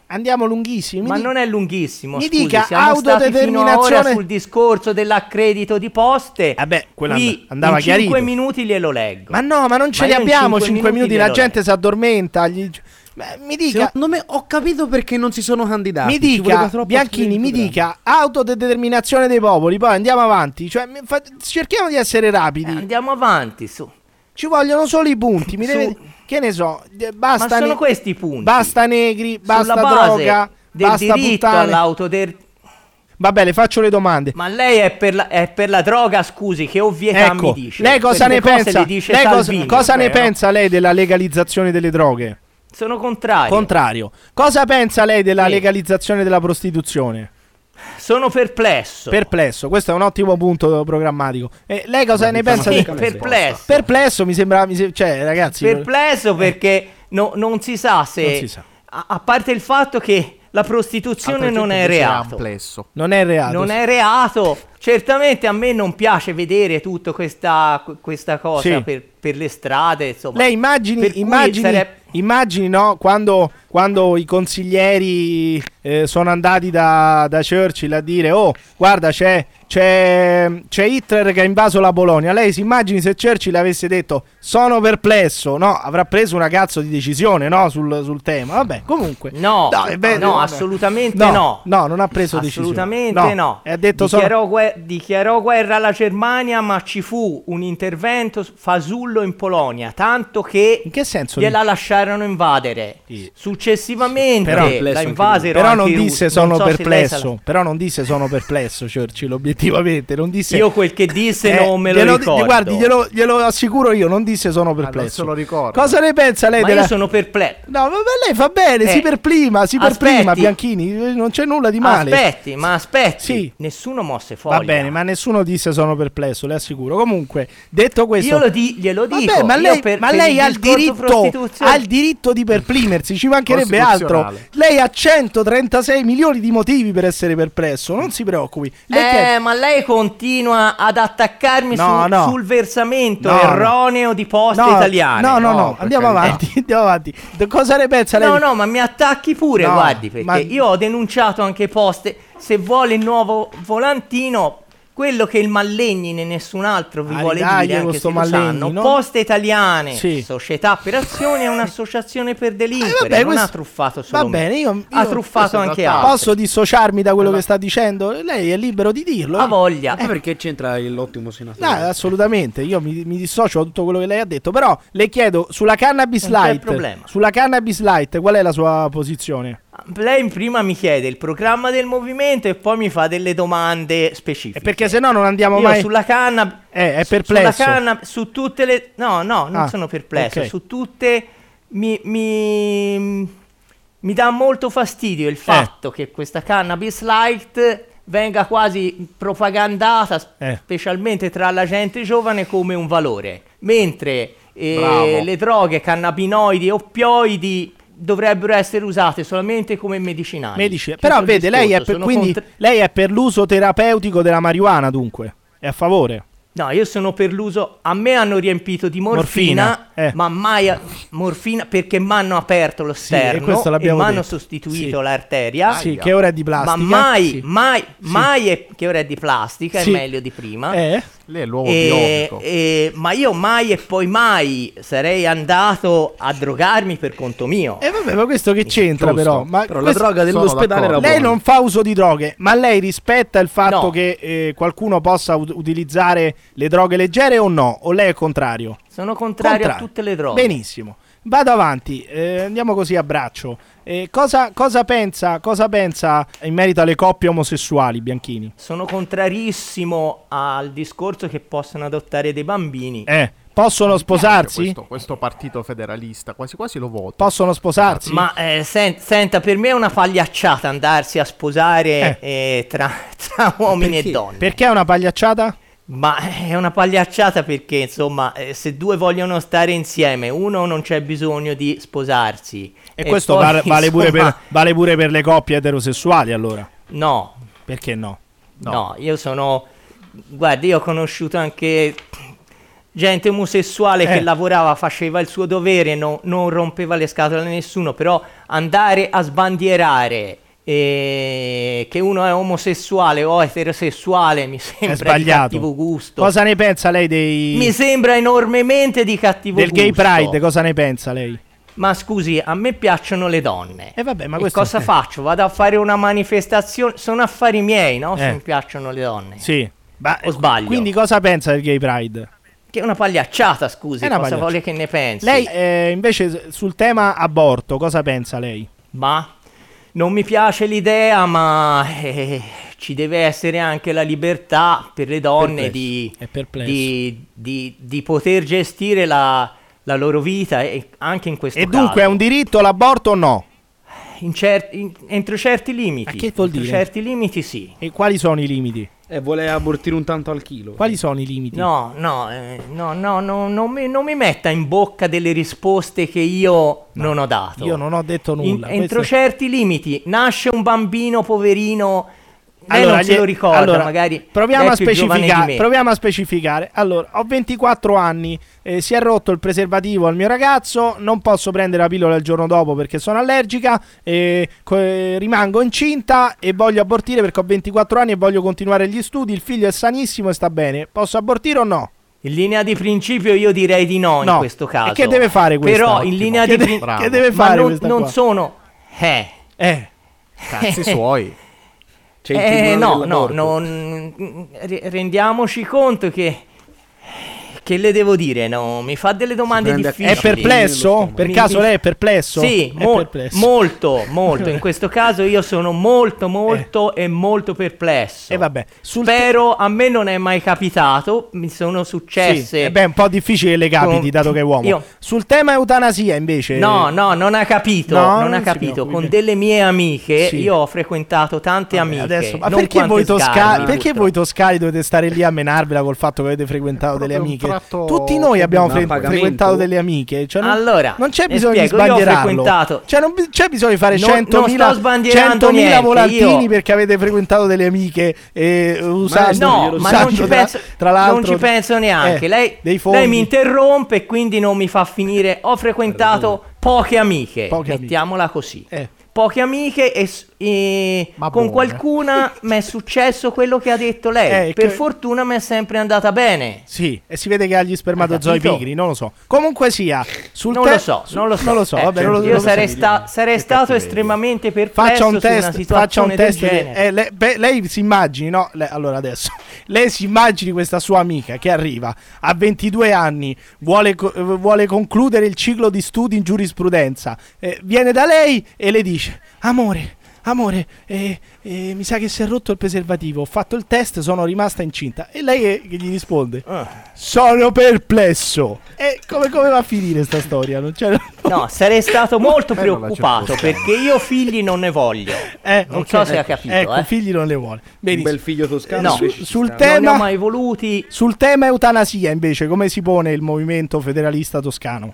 Andiamo lunghissimi. Mi Ma di- non è lunghissimo, mi scusi, dica, siamo stati fino ad autodeterminazione- ora sul discorso dell'accredito di poste. Vabbè, quello Qui and- andava in chiarito. cinque minuti glielo leggo. Ma no, ma non ce Ma li io in abbiamo cinque cinque minuti, minuti la glielo gente si addormenta. Gli... Beh, mi dica, Secondo me ho capito perché non si sono candidati. mi Ci voleva dica troppo Bianchini, scrivere mi il programma. dica autodeterminazione dei popoli, poi andiamo avanti. Cioè, mi fa- cerchiamo di essere Eh, rapidi. andiamo avanti, su. Ci vogliono solo i punti. Mi Su- deve... Che ne so, eh, Ma basta, sono ne- questi i punti. basta negri, basta Sulla base droga, del basta diritto puttane. all'autodeterminazione. Vabbè, le faccio le domande. Ma lei è per, la, è per la droga, scusi, che ovvietà Ecco, mi dice? lei cosa Queste ne cose pensa? le dice Lei cosa, Salvini, cosa ne vero? pensa lei della legalizzazione delle droghe? Sono contrario. Contrario. Cosa pensa lei della Sì. legalizzazione della prostituzione? Sono perplesso. Perplesso, questo è un ottimo punto programmatico. E lei cosa ne pensa? Sì, di- perplesso. Perplesso mi sembra, mi se- cioè ragazzi, Perplesso perché no- non si sa se... Non si sa. A, a parte il fatto che la prostituzione non è reato. Amplesso. non è reato. Non è reato. Certamente a me non piace vedere tutta questa, questa cosa Sì. per, per le strade, insomma. Lei immagini, Per cui immagini, sare- immagini no, quando, quando i consiglieri eh, sono andati da, da Churchill a dire oh, guarda c'è, c'è, c'è Hitler che ha invaso la Polonia. Lei si immagini se Churchill avesse detto sono perplesso, no, avrà preso una cazzo di decisione, no, sul, sul tema. Vabbè, comunque. No, è bello, no, vabbè. assolutamente No, no. no, non ha preso decisione. Assolutamente No, no. e ha detto sono- dichiarò, guer- dichiarò guerra alla Germania, ma ci fu un intervento s- fasullo in Polonia, tanto che In che senso? gliela lasciarono invadere. Sì. Successivamente Però- la invasero Però anche non i russi. disse sono Non so se lei perplesso. sa la- Però non disse sono perplesso Churchill, obiettivamente. Non disse. Io quel che disse Eh, non me lo glielo, ricordo. Guardi, glielo, glielo assicuro io, non disse sono Ah, non perplesso. se lo ricordo. Cosa ne pensa lei Ma della... io sono perplesso. No, vabbè, lei fa bene, Eh, si perplima, si perplima, aspetti. Bianchini, eh, non c'è nulla di male. Aspetti, ma aspetti. Sì. Nessuno mosse foglia. Va bene, ma nessuno disse sono perplesso, le assicuro. Comunque, detto questo... Io lo di- glielo dico. Vabbè, ma Io lei, per- ma per lei il ha il discorso diritto, prostituzione- ha il diritto di perplimersi, ci mancherebbe altro. Costituzionale. Lei ha centotrentasei milioni di motivi per essere perplesso, non si preoccupi. Lei Eh, chiede- ma lei continua ad attaccarmi No, su- no. sul versamento No, no. erroneo di poste no, italiane. No, no, no, No, andiamo perché- avanti, andiamo avanti. D- Cosa ne pensa lei? No, no, ma mi attacchi pure, No, guardi, perché ma- io ho denunciato anche poste. Se vuole il nuovo volantino, quello che il Mallegni né nessun altro vi Ah, vuole ridagli dire, anche questo se lo Mallegni, sanno. no? Poste italiane, Sì. società per azioni, è un'associazione per delinquere. Eh, vabbè, non questo- ha truffato solo Va me. bene, io, io ha truffato questo anche trattato. altri. posso dissociarmi da quello che sta dicendo? Lei è libero di dirlo. Ha voglia. Ma perché c'entra l'ottimo senatore? No, assolutamente, io mi, mi dissocio da tutto quello che lei ha detto, però le chiedo sulla cannabis Non c'è light, problema. sulla cannabis light, qual è la sua posizione? Lei prima mi chiede il programma del movimento e poi mi fa delle domande specifiche. E perché se no non andiamo Io mai... sulla canna Eh, è su- perplesso. Sulla canna su tutte le no, no, non Ah, sono perplesso, ok. su tutte mi, mi mi dà molto fastidio Eh. il fatto che questa cannabis light venga quasi propagandata s- Eh. specialmente tra la gente giovane come un valore, mentre eh, Bravo. le droghe cannabinoidi e oppioidi dovrebbero essere usate solamente come medicinali. Medici. Chiuso Però il vede, lei è, discorso, per, sono quindi, contra- lei è per l'uso terapeutico della marijuana, dunque? È a favore? No, io sono per l'uso. A me hanno riempito di morfina, Morfina, eh. ma mai a- morfina perché mi hanno aperto lo Sì, sterno e questo e l'abbiamo mi hanno detto. sostituito Sì. l'arteria. Sì, Aia. che ora è di plastica. Ma mai, Sì. mai, mai è, che ora è di plastica, Sì. è meglio di prima. Eh? Lei è l'uomo E- bionico. e- ma io mai e poi mai sarei andato a drogarmi per conto mio. E vabbè, ma questo che c'entra Giusto. però? Ma Però la questo- droga dell'ospedale era d'accordo. Lei buona. non fa uso di droghe, ma lei rispetta il fatto No. che eh, qualcuno possa ut- utilizzare le droghe leggere o no? O lei è contrario? Sono contrario Contrario. a tutte le droghe. Benissimo. Vado avanti, eh, andiamo così a braccio. Eh, cosa, cosa pensa, cosa pensa in merito alle coppie omosessuali, Bianchini? Sono contrarissimo al discorso che possano adottare dei bambini. Eh, possono sposarsi? Questo, questo partito federalista, quasi quasi lo voto. Possono sposarsi? Ma eh, sen- senta, per me è una pagliacciata andarsi a sposare eh, tra, tra uomini Perché? e donne. Perché è una pagliacciata? Ma è una pagliacciata perché, insomma, eh, se due vogliono stare insieme, uno non c'è bisogno di sposarsi. E, questo poi, vale, vale pure insomma, per, vale pure per le coppie eterosessuali, allora? No, Perché no? no, io sono... Guardi, io ho conosciuto anche gente omosessuale Eh. che lavorava, faceva il suo dovere, no- non rompeva le scatole a nessuno, però andare a sbandierare eh, che uno è omosessuale o eterosessuale mi È sembra di sbagliato. cattivo gusto. Cosa ne pensa lei dei Mi sembra enormemente di cattivo del gusto. Gay Pride? Cosa ne pensa lei? Ma scusi, a me piacciono le donne. E vabbè, ma E questo cosa eh, faccio? Vado a fare una manifestazione? Sono affari miei, no? Se Eh. mi piacciono le donne. Sì. Ma, O sbaglio? Quindi cosa pensa del Gay Pride? Che è una pagliacciata, scusi. È una Cosa pagliacciata. vuole che ne pensi? Lei eh, invece sul tema aborto, cosa pensa lei? Ma non mi piace l'idea, ma eh, ci deve essere anche la libertà per le donne Perplesso. di, È perplesso. di, di, di poter gestire la, la loro vita e anche in questo E caso. dunque è un diritto l'aborto o no? In cer- in- entro certi limiti. Ma che vuol entro dire? certi limiti sì. E quali sono i limiti? E vuole abortire un tanto al chilo. Quali sono i limiti? No, no, eh, no, no, no, non mi, non mi metta in bocca delle risposte che io non ho dato. Io non ho detto In- nulla. entro Questo- certi limiti. Nasce un bambino poverino, lei Allora, non se gli- lo ricorda, allora, magari proviamo lei a, è più giovane di specificare, me. proviamo a specificare. Allora, ho ventiquattro anni, eh, si è rotto il preservativo al mio ragazzo, non posso prendere la pillola il giorno dopo perché sono allergica, eh, co- eh, rimango incinta e voglio abortire perché ho ventiquattro anni e voglio continuare gli studi, il figlio è sanissimo e sta bene. Posso abortire o no? In linea di principio io direi di no, No. in questo caso. E che deve fare questa? Però Ottimo. in linea Che di de- principio... che deve fare Ma non, questa non qua? sono... Eh... Eh, Cazzi suoi. C'è il Eh, tribunale no, no, dell'aborto. non, re- rendiamoci conto che, che le devo dire, no, mi fa delle domande prende a- difficili. è perplesso? Per Mi- caso mi- lei è perplesso? Sì, È mo- perplesso. molto, molto. In questo caso io sono molto, molto e molto perplesso. E vabbè, sul Spero, a me non è mai capitato, mi sono successe... Sì, eh beh, è un po' difficile che le capiti, con- dato che è uomo. io- Sul tema eutanasia, invece. No, no, non ha capito, No, non non ha si capito. preoccupi. Con delle mie amiche, Sì. io ho frequentato tante Vabbè, amiche. adesso, ma non perché quante voi, toscani, scarne, perché purtroppo. voi toscani dovete stare lì a menarvela col fatto che avete frequentato delle proprio un amiche? tratto Tutti noi abbiamo a fre- pagamento. frequentato delle amiche. Cioè non, Allora, non c'è le bisogno spiego, di io ho sbandierarlo. frequentato- Cioè non bi- c'è bisogno di fare Non- centomila, non sto sbandierando centomila niente, volantini io- perché avete frequentato delle amiche e usando, No, ma usando non ci, tra, penso, tra l'altro non ci penso neanche. eh, lei, dei fondi. lei mi interrompe e quindi non mi fa finire. Ho frequentato poche amiche, Poche amiche. mettiamola così. Eh. Poche amiche e, s- e Ma con buone. qualcuna mi è successo quello che ha detto lei. Eh, per che- fortuna mi è sempre andata bene. Sì, e si vede che ha gli spermatozoi Hai capito? pigri, non lo so. Comunque sia, sul Non te- lo so, su- non lo so. Non lo so, Eh, vabbè, non lo- io non lo sarei, so. sta- sarei stato estremamente perplesso Faccia un su una test, faccia situazione un test. del de- genere. eh, le- beh, lei si immagini, no? Le- allora adesso, lei si immagini questa sua amica che arriva a ventidue anni, vuole, co- eh, vuole concludere il ciclo di studi in giurisprudenza, eh, viene da lei e le dice: amore, amore, eh, eh, mi sa che si è rotto il preservativo, ho fatto il test, sono rimasta incinta. E lei che, che gli risponde: Ah. sono perplesso. E come, come va a finire sta storia? Non c'è... No, sarei stato molto Bella la preoccupato circostanza. perché io figli non ne voglio. Eh, Non ok, so se ha ecco, capito, ecco, eh. figli non le vuole. Un Benissimo. bel figlio toscano. No, invece ci sul sta. te- Non ne ho Tema- mai voluti. Sul tema eutanasia, invece, come si pone il movimento federalista toscano?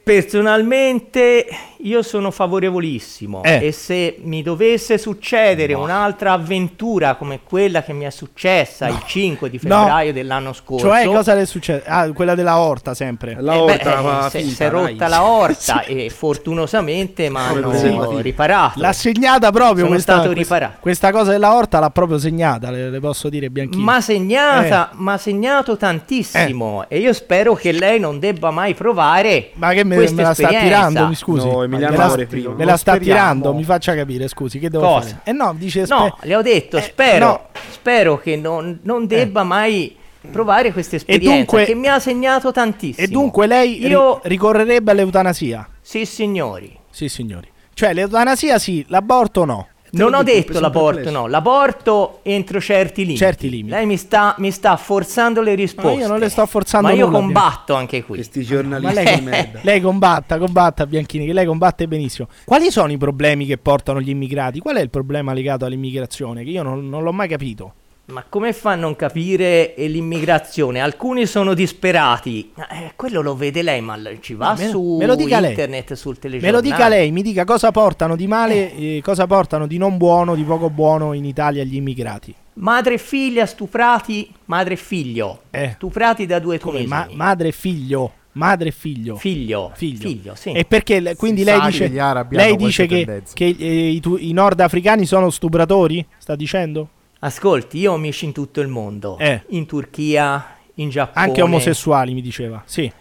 Personalmente io sono favorevolissimo Eh. e se mi dovesse succedere un'altra avventura come quella che mi è successa il cinque di No. febbraio dell'anno scorso, Cioè, cosa le succede? Ah, quella della orta, sempre. La eh, orta beh, va eh, se- finta, si è rotta dai. la orta e fortunosamente mi hanno Sì. riparato. L'ha segnata proprio Sono questa, stato questa, riparato. questa cosa della orta, l'ha proprio segnata, le, le posso dire, Bianchini. Ma segnata, ma segnato tantissimo e io spero che lei non debba mai provare Ma che me, questa me la sta esperienza. tirando, mi scusi? No, Emiliano me la, Amore prima. me la Lo sta speriamo. tirando, mi faccia capire, scusi, che devo Cosa? fare? Eh no, dice... No, spe- le ho detto, Eh, spero, no. spero che non, non debba mai provare questa esperienza dunque- che mi ha segnato tantissimo. E dunque lei ri- Io, ricorrerebbe all'eutanasia? sì signori, Sì, signori. Cioè, l'eutanasia sì, l'aborto no. non ho detto, detto sono l'aborto, perplesso. no, l'aborto entro certi limiti. Certi limiti. Lei mi sta, mi sta forzando le risposte. io non le sto forzando Ma io nulla, combatto anche qui. Questi Ma giornalisti lei, di merda. lei combatta, combatta Bianchini, che lei combatte benissimo. Quali sono i problemi che portano gli immigrati? Qual è il problema legato all'immigrazione? Che io non, non l'ho mai capito. Ma come fa a non capire eh, l'immigrazione? Alcuni sono disperati. Eh, quello lo vede lei, ma l- ci va No, me- su me lo dica lei. internet, sul Me telegiornale. lo dica lei, mi dica cosa portano di male, eh, cosa portano di non buono, di poco buono in Italia gli immigrati. Madre e figlia stuprati, madre e figlio, Eh. stuprati da due Come? tunisini. Ma- madre e figlio. Madre e figlio. Figlio, Figlio. figlio, sì. E perché le- quindi Si lei sa dice, che gli arabi hanno lei dice queste che, tendenze. che, eh, i, tu- i nordafricani sono stupratori? Sta dicendo? Ascolti, io ho amici in tutto il mondo, Eh. in Turchia, in Giappone. Anche omosessuali, mi diceva. Sì,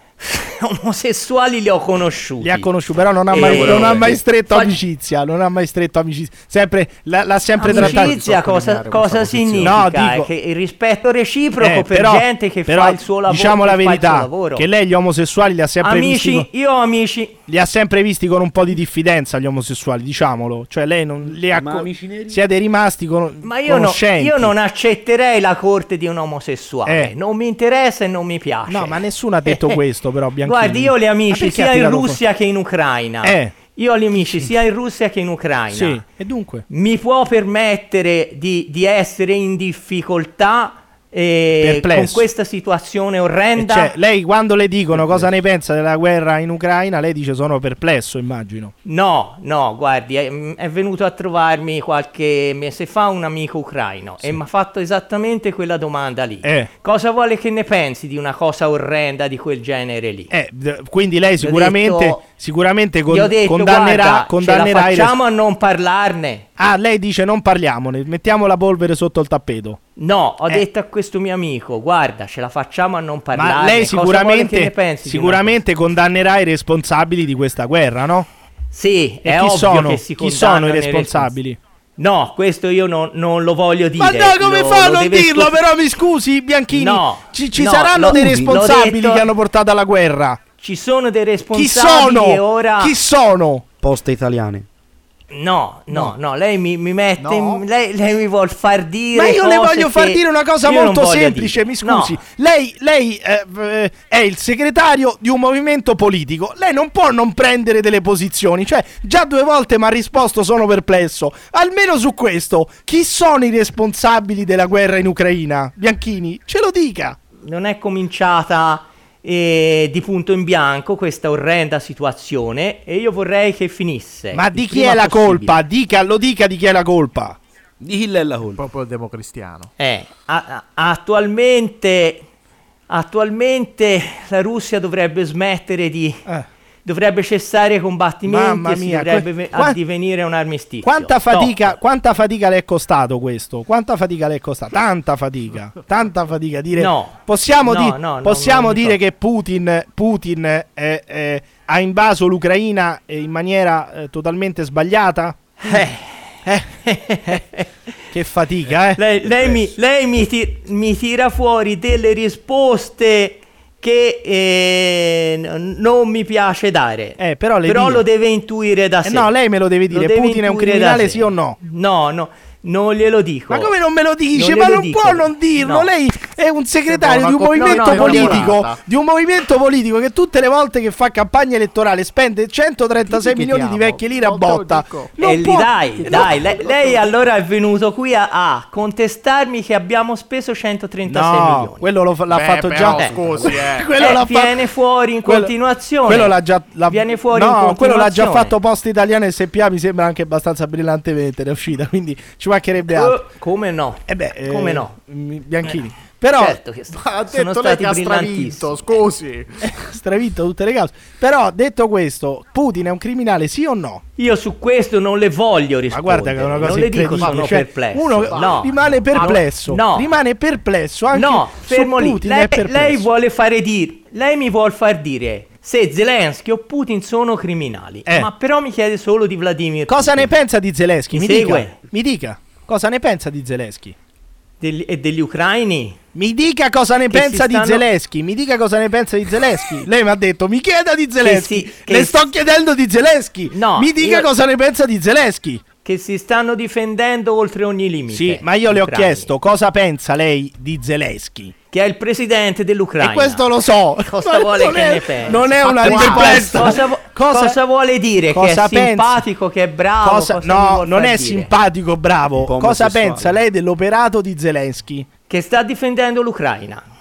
Omosessuali li ho conosciuti. li ha conosciuti, però non ha mai, Eh, non ha mai stretto fa- amicizia. Non ha mai stretto amicizia. Sempre, l'ha, l'ha sempre trattato. Amicizia cosa, sottolineare cosa questa posizione. significa? No, dico- È che il rispetto reciproco Eh, per però- gente che però fa il suo lavoro. diciamo la che fa il suo verità, lavoro. che lei gli omosessuali li ha sempre visti Amici, con, io ho amici. li ha sempre visti con un po' di diffidenza gli omosessuali, diciamolo. Cioè lei non li ha Ma co- amici neri? siete rimasti con, Ma io, no, conoscenti. io non accetterei la corte di un omosessuale. Eh. Non mi interessa e non mi piace. No, ma nessuno ha detto questo, però, Bianchini. Guardi, io ho gli Ma amici perché ha sia in tirato Russia che in Ucraina. Eh. Io ho gli amici sia in Russia che in Ucraina. Sì, e dunque? Mi può permettere di, di essere in difficoltà eh, Perplesso. con questa situazione E orrenda? cioè, lei quando le dicono cosa ne pensa della guerra in Ucraina, lei dice sono perplesso, immagino. No, no, guardi, è, è venuto a trovarmi qualche mese fa un amico ucraino e mi ha fatto esattamente quella domanda lì. Eh. Cosa vuole che ne pensi di una cosa orrenda di quel genere lì? Eh, d- quindi lei Gli ho sicuramente, detto- sicuramente con- Gli ho detto, condannerà, guarda, condannerà ce i la res- facciamo a non parlarne. Ah, lei dice non parliamone, mettiamo la polvere sotto il tappeto. No, ho Eh. detto a questo mio amico, guarda, ce la facciamo a non parlarne. Ma lei Cosa vuole che ne sicuramente, pensi di una sicuramente condannerà i responsabili di questa guerra, no? cosa? Sì, E è chi ovvio sono? che si Chi sono i condannano responsabili? No, questo io non, non lo voglio dire. Ma no, come Lo- fa a lo non deve dirlo? scop- Però mi scusi, Bianchini. No, ci ci no, saranno lo- dei l'ho responsabili detto- che hanno portato alla guerra. Ci sono dei Chi responsabili sono? e ora... Chi sono? Poste italiane. No, no, no, lei mi, mi mette... No. Lei, lei mi vuol far dire Ma io le cose voglio far che dire una cosa io non molto voglio semplice, dire. mi scusi. No. Lei, lei eh, eh, è il segretario di un movimento politico. Lei non può non prendere delle posizioni. Cioè, già due volte mi ha risposto sono perplesso. Almeno su questo, chi sono i responsabili della guerra in Ucraina? Bianchini, ce lo dica. Non è cominciata eh, di punto in bianco questa orrenda situazione e io vorrei che finisse. Ma il di chi prima è la possibile. colpa? Dica, lo dica di chi è la colpa. Di chi è la colpa? Proprio il democristiano. Eh, a- a- attualmente, attualmente la Russia dovrebbe smettere di... Eh. Dovrebbe cessare i combattimenti Mamma e si mia, dovrebbe que- ve- qua- addivenire un armistizio. Quanta Stop. fatica, quanta fatica le è costato questo? Quanta fatica le è costato? Tanta fatica, tanta fatica. Dire, No. possiamo, No, di- no, no, possiamo non mi dire so. che Putin, Putin eh, eh, ha invaso l'Ucraina eh, in maniera eh, totalmente sbagliata? Eh. Eh, che fatica, eh? Lei, lei mi, lei mi, ti- mi tira fuori delle risposte che eh, n- non mi piace dare. Eh, però le Però dica. lo deve intuire da Eh, sé. no, lei me lo deve dire. deve Putin è un intuire criminale, da sé. sì o no? No, no, non glielo dico. Ma come non me lo dice? Non Ma glielo non dico. può non dirlo. No. Lei è un segretario Sembra di un una co- movimento no, no, politico. innamorata. Di un movimento politico che tutte le volte che fa campagna elettorale spende centotrentasei Chi ti milioni di chiamo? vecchie lire a Non te lo botta. dico. Non E lì può- dai, no. dai, lei, lei allora è venuto qui a, a contestarmi che abbiamo speso centotrentasei No, milioni. quello lo fa- l'ha Beh, fatto però, già. scusi, eh. quello Eh, l'ha fatto- viene fuori in quello- continuazione. Quello l'ha già l'ha- Viene fuori no, in continuazione. quello l'ha già fatto Poste Italiane S P A, mi sembra anche abbastanza brillantemente è uscita, quindi ci mancherebbe altro. Eh, come no? Eh beh, eh, come no? mm, Bianchini. Però Certo che Ma ha sono detto lei stati che ha brillantissimi. stravinto, scusi. stravinto tutte le cause. Però detto questo, Putin è un criminale, sì o no? Io su questo non le voglio Ma rispondere. guarda che è una cosa non le dico incredibile, sono cioè, perplesso. uno no. rimane perplesso, No. rimane perplesso anche No, su fermo lì. Putin Lei, è perplesso. lei vuole fare dire, lei mi vuol far dire se Zelensky o Putin sono criminali. Eh. Ma però mi chiede solo di Vladimir Cosa Putin ne pensa di Zelensky? Mi Mi segue? dica, mi dica. Cosa ne pensa di Zelensky? degli- e degli ucraini. Mi dica cosa ne Che pensa si di stanno- Zelensky. Mi dica cosa ne pensa di Zelensky. Lei mi ha detto mi chieda di Zelensky. si- che Le si- sto chiedendo di Zelensky. No, mi dica io- cosa ne pensa di Zelensky. Che si stanno difendendo oltre ogni limite. Sì, ma io le ho ucraini, chiesto cosa pensa lei di Zelensky. Che è il presidente dell'Ucraina. E questo lo so. Cosa Ma vuole non che è- ne pensi? Non è una Fatto risposta. Cosa, vu- cosa vuole dire? cosa che è pensa? simpatico, che è bravo? Cosa- cosa mi no, vuol non far è dire? simpatico, bravo. Un po' Cosa omosessuale. pensa lei dell'operato di Zelensky? Che sta difendendo l'Ucraina. Eh,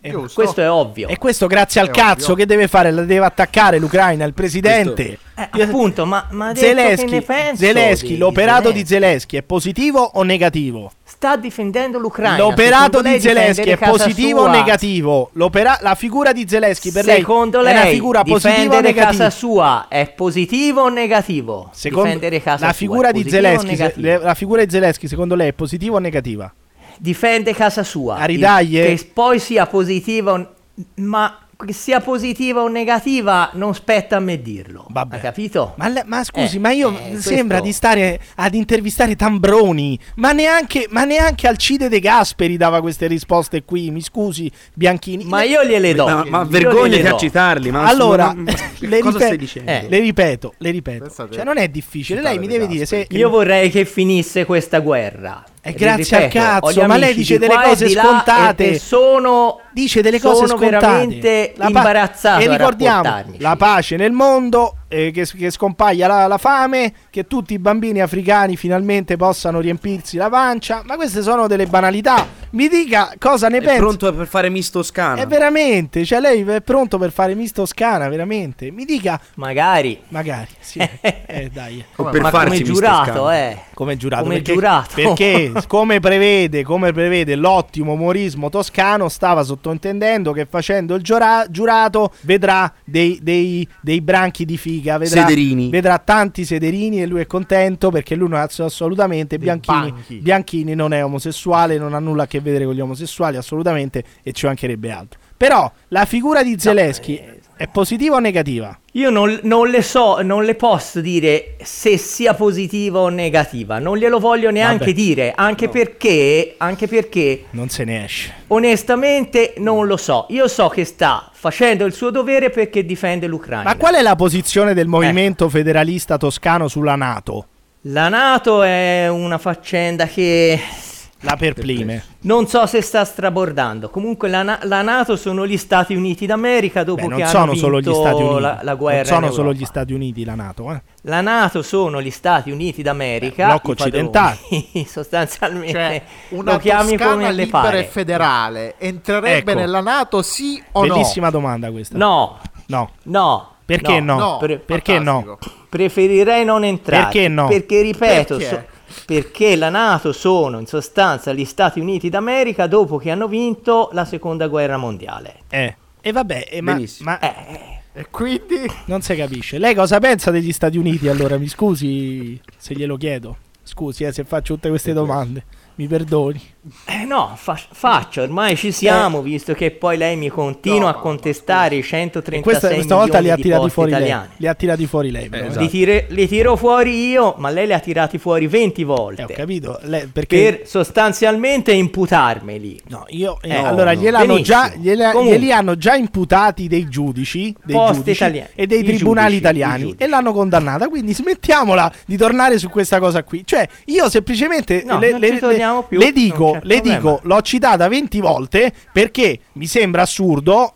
E Giusto. Questo è ovvio. E questo grazie al È cazzo ovvio. che deve fare? La deve attaccare l'Ucraina, il presidente. Eh, appunto, ma, ma ha detto che Zelensky, ne penso Zelensky, di- l'operato di di Zelensky è positivo o negativo? Sta difendendo l'Ucraina. L'operato Secondo di lei Zelensky è difendere casa positivo o sua- negativo? L'opera- la figura di Zelensky per Secondo lei lei, è una figura positiva o difendere negativa? casa sua è positivo o negativo? Secondo difendere casa la sua figura è di positivo o Zelensky, se- negativo? le- la figura di Zelensky secondo lei è positiva o negativa? Difende casa sua. A ridaglie? Il- Che poi sia positiva o... ma che sia positiva o negativa non spetta a me dirlo. Vabbè. Ha capito? Ma, le- ma scusi, Eh, ma io eh, sembra questo- di stare ad intervistare Tambroni, ma neanche, ma neanche Alcide De Gasperi dava queste risposte qui. Mi scusi, Bianchini. Ma io gliele do. Ma, ma Io vergognati gliele a do. citarli. Ma Allora, ma- ma- le, cosa ripe- stai dicendo? Eh. le ripeto, le ripeto. Pensate- Cioè, non è difficile. citare Lei mi De deve dire se. Gasperi. Io vorrei che finisse questa guerra. Eh, grazie Ripeto, al ho gli cazzo, ma lei amici dice di delle qua e cose di là scontate. E, e sono Dice delle cose sono scontate. veramente pa- imbarazzato E a ricordiamo rapportarmici. la pace nel mondo, eh, che, che scompaia la, la fame, che tutti i bambini africani finalmente possano riempirsi la pancia. Ma queste sono delle banalità. Mi dica cosa ne È pensa. pronto per fare Miss Toscana? È veramente, cioè lei è pronto per fare Miss Toscana, veramente. Mi dica, Magari. magari, sì. eh, dai. O per Ma farci come Miss giurato, Toscana? eh. Come giurato, Come perché, giurato. perché come prevede, come prevede l'ottimo umorismo toscano, stava sottintendendo che facendo il giura- giurato vedrà dei, dei, dei branchi di figa, vedrà, Sederini. vedrà tanti sederini e lui è contento perché lui non ha assolutamente Dei Bianchini, banchi. Bianchini non è omosessuale, non ha nulla a che vedere con gli omosessuali assolutamente e ci mancherebbe altro. Però la figura di Zelensky è positiva o negativa? Io non, non le so, non le posso dire se sia positiva o negativa. Non glielo voglio neanche Vabbè. dire, anche perché, anche perché Non se ne esce. onestamente non lo so. Io so che sta facendo il suo dovere perché difende l'Ucraina. Ma qual è la posizione del movimento federalista toscano sulla NATO? La NATO è una faccenda che La perplime. non so se sta strabordando. Comunque la, Na- la NATO sono gli Stati Uniti d'America dopo Beh, non che hanno sono vinto solo gli Stati Uniti. la, la guerra non sono in solo Europa. gli Stati Uniti la NATO, eh. La NATO sono gli Stati Uniti d'America, Eh, blocco i padroni, occidentale. sostanzialmente. Cioè, una lo chiami Toscana come le libera e pare. federale entrerebbe Ecco. nella NATO sì o no? Bellissima domanda questa. No, No. no. Perché no? No, Pre- Perché no? fantastico. Preferirei non entrare. Perché no? Perché ripeto, Perché? so- perché la NATO sono in sostanza gli Stati Uniti d'America dopo che hanno vinto la seconda guerra mondiale. Eh. E vabbè, eh, ma, Benissimo. ma Eh, E quindi non si capisce. Lei cosa pensa degli Stati Uniti allora? Mi scusi se glielo chiedo. Scusi eh, se faccio tutte queste domande. Mi perdoni. eh no, fa- faccio, ormai ci siamo, visto che poi lei mi continua No, a ma- contestare i E questa, centotrentasei questa volta li milioni ha di tirati posti fuori lei. italiani. Li ha tirati fuori lei. però, eh. esatto. Li, tire- li tiro fuori io, ma lei li ha tirati fuori venti volte. Eh, ho capito. Lei- perché Per sostanzialmente imputarmeli. No, io eh, Eh, allora no. gliel'hanno Benissimo. già, gliela- Comunque. glieli hanno già imputati dei giudici, dei Posti giudici italiani. e dei I tribunali giudici, i italiani giudici. e l'hanno condannata. Quindi smettiamola di tornare su questa cosa qui. Cioè, io semplicemente No, le, non le- ci torniamo più, le non dico, c'è le problema. dico, l'ho citata venti volte perché mi sembra assurdo.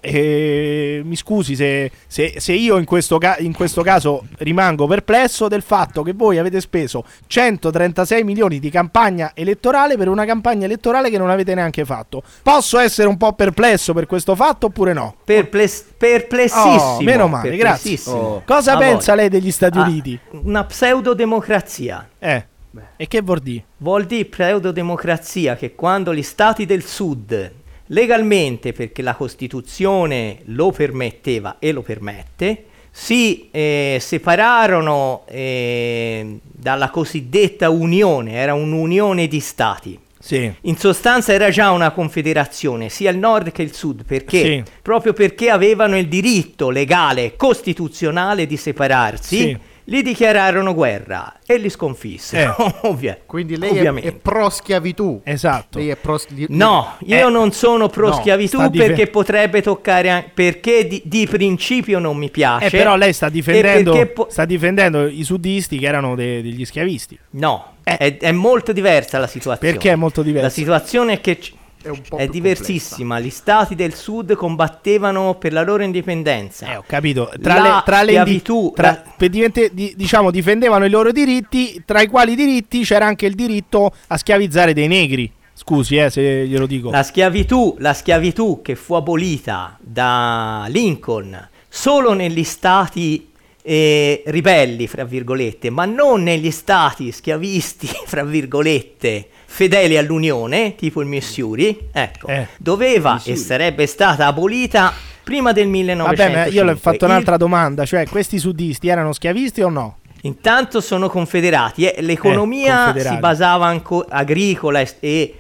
E mi scusi se, se- se io in questo, ca- in questo caso rimango perplesso del fatto che voi avete speso centotrentasei milioni di campagna elettorale per una campagna elettorale che non avete neanche fatto. Posso essere un po' perplesso per questo fatto oppure no? Perples- perplessissimo. Oh, meno male, grazie. perplessissimo. Oh. Cosa A pensa voi. lei degli Stati Ah, Uniti? Una pseudodemocrazia. Eh. E che vuol dire? Vuol dire pseudodemocrazia che quando gli stati del sud legalmente, perché la Costituzione lo permetteva e lo permette, si eh, separarono eh, dalla cosiddetta Unione, era un'unione di stati. Sì. In sostanza era già una confederazione, sia il nord che il sud, perché? Sì. Proprio perché avevano il diritto legale costituzionale di separarsi, Sì. li dichiararono guerra e li sconfissero. Ovvia- quindi lei è, ovviamente. è pro schiavitù. Esatto. Lei è pro schi- No, io Eh, non sono pro no, schiavitù sta dife- perché potrebbe toccare anche perché di, di principio non mi piace. Eh, però lei sta e difendendo, perché po- sta difendendo i sudisti che erano de- degli schiavisti. No, Eh. è, è molto diversa la situazione. Perché è molto diversa? La situazione è che c- È un po' è più diversissima. Gli stati del sud combattevano per la loro indipendenza. Eh, ho capito. Tra La le, tra le indi- schiavitù, tra- la- per divente- di- diciamo, difendevano i loro diritti, tra i quali diritti c'era anche il diritto a schiavizzare dei negri, Scusi, eh, se glielo dico. La schiavitù, la schiavitù che fu abolita da Lincoln solo negli stati eh, ribelli, fra virgolette, ma non negli stati schiavisti, fra virgolette, fedeli all'Unione, tipo il Missouri, ecco, Eh. doveva Missouri. e sarebbe stata abolita prima del millenovecentocinque. Vabbè, ma io le ho fatto un'altra Il- domanda, cioè questi sudisti erano schiavisti o no? Intanto sono confederati, eh, l'economia confederati. si basava anco agricola e, e-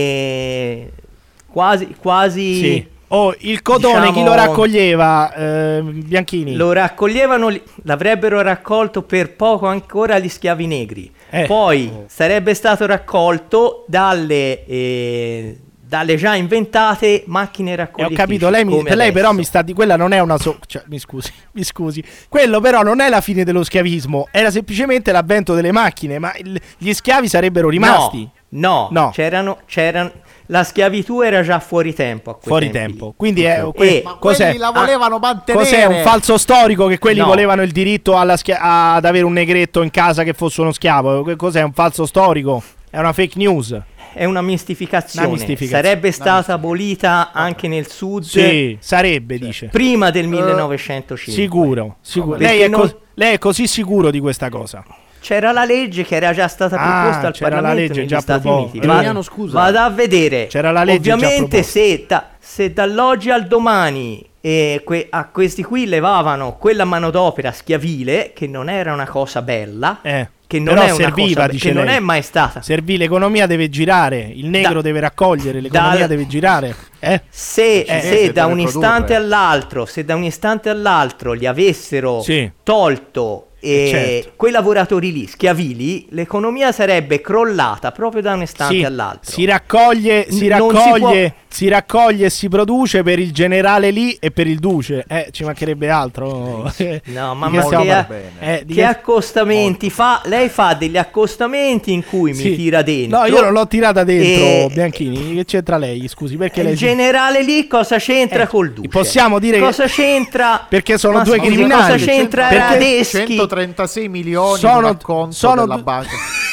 e quasi, quasi Sì. Oh, il cotone diciamo, chi lo raccoglieva? Eh, Bianchini. lo raccoglievano, li- l'avrebbero raccolto per poco ancora gli schiavi negri. Eh. Poi sarebbe stato raccolto dalle, eh, dalle già inventate macchine Eh, ho raccoglitrici. capito, lei, mi, come lei però adesso. mi sta di quella non è una so- cioè, mi scusi, mi scusi. Quello però non è la fine dello schiavismo, era semplicemente l'avvento delle macchine, ma il- gli schiavi sarebbero rimasti No, no, No. c'erano, c'erano, la schiavitù era già fuori tempo a quei fuori tempi tempo. lì. Quindi è E- que- Ma cos'è? quelli la volevano mantenere. Cos'è un falso storico che quelli No. volevano il diritto alla schia- ad avere un negretto in casa che fosse uno schiavo? Que- Cos'è un falso storico? È una fake news. È una mistificazione. Una mistificazione. Sarebbe stata abolita anche nel sud Sì, sarebbe, dice. prima del millenovecentocinque. Sicuro, sicuro. Perché Lei è, non- cos- lei è così sicuro di questa cosa? C'era la legge che era già stata Ah, proposta al c'era la Parlamento legge negli già Stati proposta. Uniti. Emiliano, Vada- scusa. Vada a vedere. C'era la legge già Ovviamente proposta. se, da- se dall'oggi al domani eh, que- a questi qui levavano quella manodopera schiavile, che non era una cosa bella, Eh. che non Però è una serviva, cosa be- dice che non lei. è mai stata. Servì, l'economia deve girare, il negro Da- deve raccogliere, l'economia dal- deve girare. Eh? Se, Eh, se deve da un produrre. istante all'altro, se da un istante all'altro gli avessero Sì. tolto eh, certo. quei lavoratori lì, schiavili, l'economia sarebbe crollata proprio da un istante Sì, all'altro. si raccoglie, si Non si raccoglie, si raccoglie e si produce per il generale lì e per il duce. Eh, ci mancherebbe altro. No, Di mamma che che, stiamo a- parlando? Eh, di che che- accostamenti fa? Lei fa degli accostamenti in cui Sì. mi tira dentro. No, io non l'ho tirata dentro, E- Bianchini. Che c'entra lei? Scusi, perché Il lei... generale lì cosa c'entra Eh, col duce? possiamo dire che- cosa c'entra? Perché sono Ma due scusi, criminali. Cosa c'entra Perché- Radeschi? centotrentasei milioni Sono- di racconto sono della du- base.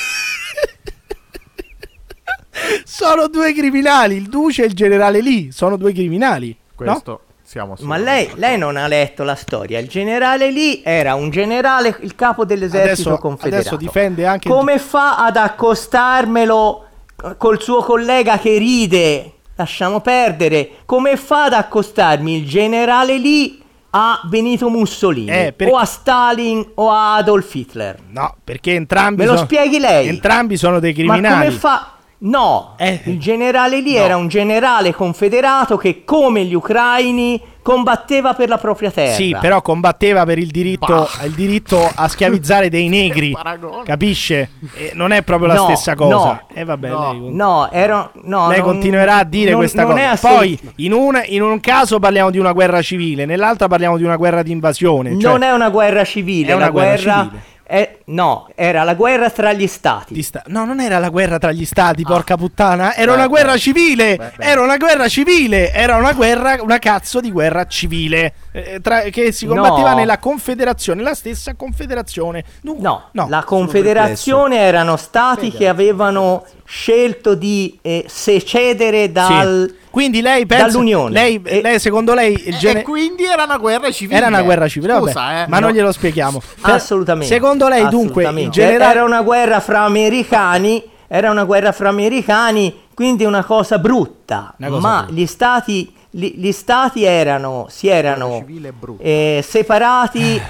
Sono due criminali, il duce e il generale lì. Sono due criminali. No? Questo siamo Ma assolutamente lei, d'accordo. lei non ha letto la storia. Il generale lì era un generale, il capo dell'esercito Adesso, confederato. adesso difende anche... Come fa ad accostarmelo col suo collega che ride? Lasciamo perdere. Come fa ad accostarmi il generale lì a Benito Mussolini? Eh, perché- O a Stalin o a Adolf Hitler? No, perché entrambi Me lo sono... spieghi lei? Entrambi sono dei Ma criminali. come fa? No, Eh. il generale lì No. era un generale confederato che, come gli ucraini, combatteva per la propria terra. Sì, però combatteva per il diritto, il diritto a schiavizzare dei negri. Paragone. Capisce? E non è proprio la No, stessa cosa. no, E vabbè, no. lei, No, era, no, lei non- continuerà a dire non- questa non cosa. è assolut- Poi, in un, in un caso parliamo di una guerra civile, nell'altro parliamo di una guerra di invasione. Cioè, non è una guerra civile, È una la guerra guerra, civile. è- no, era la guerra tra gli stati. di sta- no, non era la guerra tra gli stati, porca puttana. Era Beh, una guerra beh. civile. Beh, beh. Era una guerra civile. Era una guerra, una cazzo di guerra civile. eh, tra- che si combatteva No. nella confederazione, la stessa confederazione. Dunque, No, no. la confederazione erano stati che avevano scelto di eh, secedere dal... Sì. Quindi lei pensa, dall'Unione. lei, E- lei, secondo lei il E- gene- E quindi era una guerra civile. era una guerra civile, vabbè, Scusa, eh. ma non No. glielo spieghiamo. Per- Assolutamente. Secondo lei dunque il assolutamente. generale Era una guerra fra americani, era una guerra fra americani, quindi una cosa brutta. Una cosa ma brutta. gli stati gli, gli stati erano si erano civile e brutta. eh, separati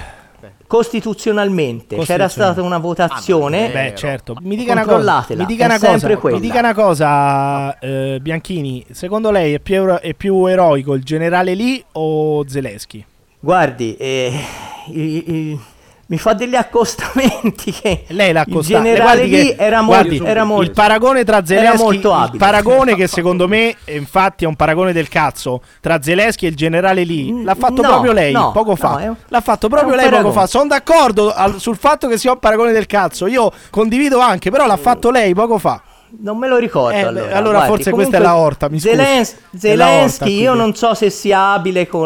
costituzionalmente. C'era Costituzionalmente. stata una votazione. Ah, no, Beh, Vero. certo. Mi dica una cosa, Controllatela, mi dica è una sempre cosa, quella. mi dica una cosa eh, Bianchini, secondo lei è più, ero- è più eroico il generale Lee o Zelensky? Guardi, eh, i- i- mi fa degli accostamenti che Lei l'ha il accostato. generale Guardi che- lì era, guardi, molto, era molto il paragone tra Zelensky, molto il abile. paragone che secondo me e infatti è un paragone del cazzo tra Zelensky e il generale Lee, l'ha fatto No, proprio lei no, poco fa. no, è un- L'ha fatto è proprio un lei poco paragone. fa. Sono d'accordo al- sul fatto che sia un paragone del cazzo. Io condivido anche, però l'ha fatto lei poco fa. Non me lo ricordo. Eh, allora, allora Guardi, forse comunque questa è la orta, mi scusi. Zelens- È la orta, Zelensky, io quindi. non so se sia abile con.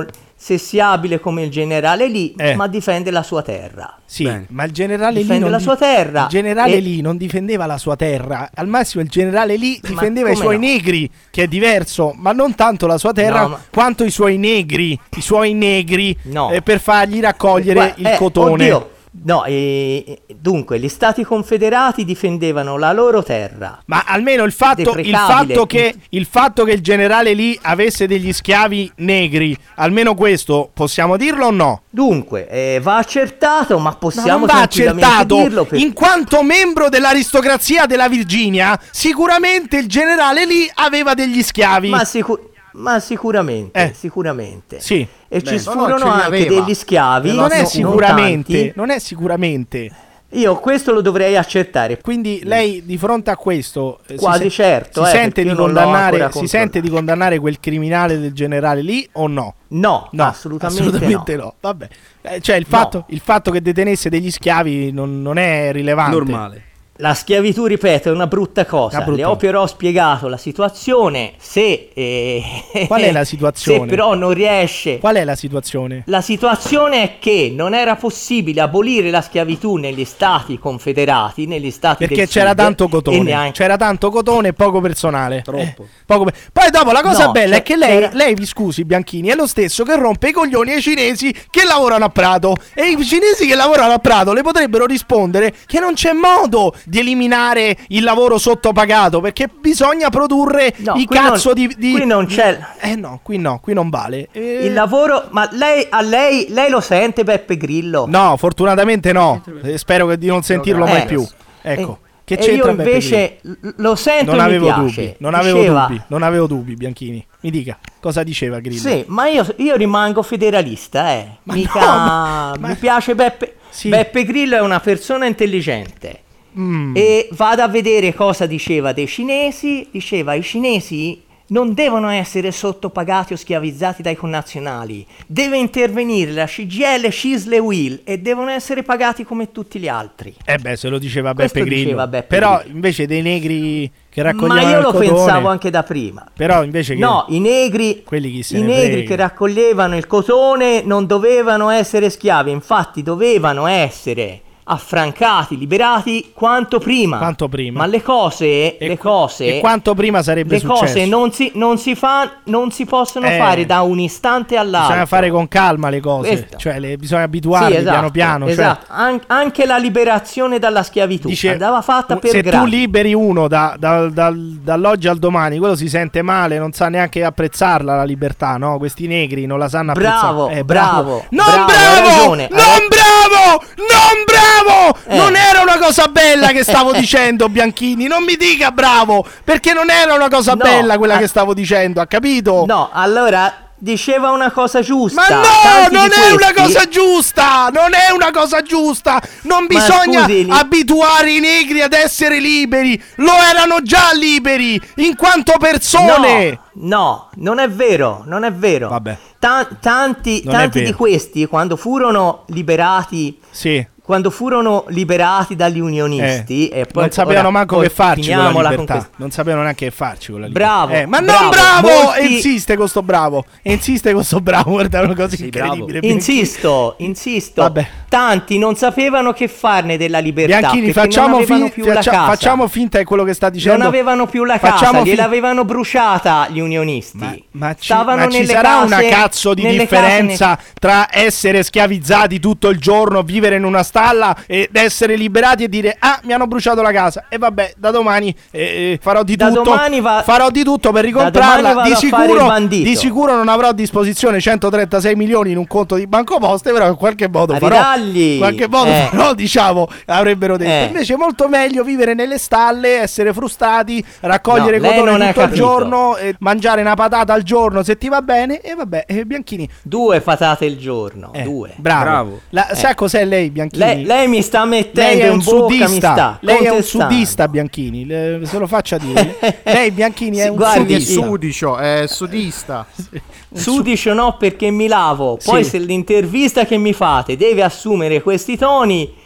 sessiabile come il generale Lee, Eh. ma difende la sua terra. Sì, Bene. ma il generale Lee Difende non la di- sua terra il generale e- Lee non difendeva la sua terra. Al massimo il generale Lee Ma difendeva i come suoi no? negri, che è diverso, ma non tanto la sua terra No, ma- quanto i suoi negri, i suoi negri No. eh, per fargli raccogliere Guarda, il eh, cotone. oddio, no, eh, dunque, gli stati confederati difendevano la loro terra. Ma almeno il fatto, il Deprecabile. fatto che il fatto che il generale Lee avesse degli schiavi negri, almeno questo possiamo dirlo o no? Dunque, eh, va accertato, ma No, possiamo non va tranquillamente accertato. dirlo perché- In quanto membro dell'aristocrazia della Virginia, sicuramente il generale Lee aveva degli schiavi. Ma, sicu- ma sicuramente, Eh. sicuramente. Sì. E Beh, ci no, no, furono ce li anche aveva. degli schiavi. Non è no- sicuramente, tanti. non è sicuramente. Io questo lo dovrei accertare. Quindi lei di fronte a questo eh, Quasi si, certo, si, eh, sente perché di io non l'ho condannare, ancora si controllato. sente di condannare quel criminale del generale Lee o no? No, No, assolutamente, assolutamente no. no. Vabbè. Eh, cioè il No. fatto, il fatto che detenesse degli schiavi non, non è rilevante. Normale. La schiavitù, ripeto, è una brutta cosa. Una brutta Le ho cosa. però spiegato la situazione. Se eh, Qual è la situazione? Se però non riesce. Qual è la situazione? La situazione è che non era possibile abolire la schiavitù negli stati confederati, negli stati Perché del c'era sud, tanto e cotone, neanche- c'era tanto cotone e poco personale. Troppo. Eh, poco pe- Poi dopo la cosa No, bella c'è- è che lei, c'era- lei, vi scusi Bianchini, è lo stesso che rompe i coglioni ai cinesi che lavorano a Prato. E i cinesi che lavorano a Prato le potrebbero rispondere che non c'è modo di eliminare il lavoro sottopagato, perché bisogna produrre No, i qui cazzo non- di, di- qui non c'è- Eh no, qui no, qui non vale. Eh, Il lavoro, ma lei, a lei, lei lo sente Beppe Grillo? No, fortunatamente no. Eh, spero che di non sentirlo Eh, mai più. Ecco. Che E c'entra io Beppe invece l- lo sento Non e mi avevo piace. dubbi, non avevo Diceva- dubbi, non avevo dubbi, Bianchini. Mi dica, cosa diceva Grillo? Sì, ma io, io rimango federalista, eh. Ma Mica no, ma- ma- mi piace Beppe. Sì. Beppe Grillo è una persona intelligente. Mm. E vado a vedere cosa diceva dei cinesi. Diceva: i cinesi non devono essere sottopagati o schiavizzati dai connazionali. Deve intervenire la C G I L, Cisle e U I L e devono essere pagati come tutti gli altri. Eh beh, se lo diceva Questo Beppe Grillo. diceva Beppe Però Grillo. invece dei negri che Ma raccoglievano io il lo cotone, pensavo anche da prima. Però invece che No, i negri, quelli chi se i ne negri frega. che raccoglievano il cotone non dovevano essere schiavi, infatti dovevano essere affrancati, liberati quanto prima. Quanto prima. Ma le cose, E le qu- cose, e quanto prima sarebbe le successo? cose non si, non si fa, non si possono Eh, fare da un istante all'altro. Bisogna fare con calma le cose, Questo. cioè le, bisogna abituarli Sì, esatto, piano piano. cioè, esatto. An- anche la liberazione dalla schiavitù dice, andava fatta u- per se tu gradi. liberi uno da- da- dal- dall'oggi al domani, quello si sente male, non sa neanche apprezzarla la libertà, no? Questi negri non la sanno apprezzare. Bravo, Eh, bravo, Non bravo, hai bravo! ragione, hai non ra- bravo! Non bravo! Eh. Non era una cosa bella che stavo dicendo, Bianchini, non mi dica bravo, perché non era una cosa No, bella quella ah- che stavo dicendo, ha capito? No, allora diceva una cosa giusta. Ma no, Tanti non di è una questi- cosa giusta! Non è una cosa giusta! Non Ma bisogna scusi, li- abituare i negri ad essere liberi! Lo erano già liberi! In quanto persone! No, no, non è vero, non è vero. Vabbè. Ta- tanti Non è tanti di vero. questi, quando furono liberati, Sì. quando furono liberati dagli unionisti, Eh, e poi non sapevano ora- manco poi che farci con la finiamola con libertà. questo. Non sapevano neanche che farci con la libertà. Bravo, Eh, ma non bravo, bravo! molti- E insiste con sto bravo. E insiste con sto bravo. Guarda, è una cosa Sì, incredibile. Insisto, insisto. Vabbè. Tanti non sapevano che farne della libertà. Bianchini, perché facciamo, non avevano fin- più la faccia- casa. facciamo finta che quello che sta dicendo. Non avevano più la Facciamo casa, fin- gliel'avevano bruciata gli unionisti. Ma, ma ci, Stavano ma ci nelle sarà case- una cazzo di nelle differenza tra essere schiavizzati tutto il giorno, vivere in una stalla ed essere liberati e dire ah mi hanno bruciato la casa e vabbè da domani eh, farò di Da tutto domani va- farò di tutto per da ricomprarla. domani vado Di a fare il sicuro, bandito. di sicuro non avrò a disposizione centotrentasei milioni in un conto di Banco Poste, però in qualche modo A farò riragli. in qualche modo Eh. farò, diciamo, avrebbero detto. Eh. Invece è molto meglio vivere nelle stalle, essere frustati, raccogliere No, lei cotone non ha tutto il capito. giorno, e mangiare una patata al giorno se ti va bene. E vabbè, eh, Bianchini. Due patate il giorno, eh, due. Bravo. Bravo. La- Sa cos'è lei, Bianchini? Lei, lei mi sta Lei mettendo è in un bocca, mi sudista. sta Lei è un contestando. sudista, Bianchini. Le- se lo faccia dire. Lei, Bianchini, è Sì, un guardi, È sudista. sudicio, è sudista. Sudicio no perché mi lavo. Poi Sì. se l'intervista che mi fate deve assumere questi toni,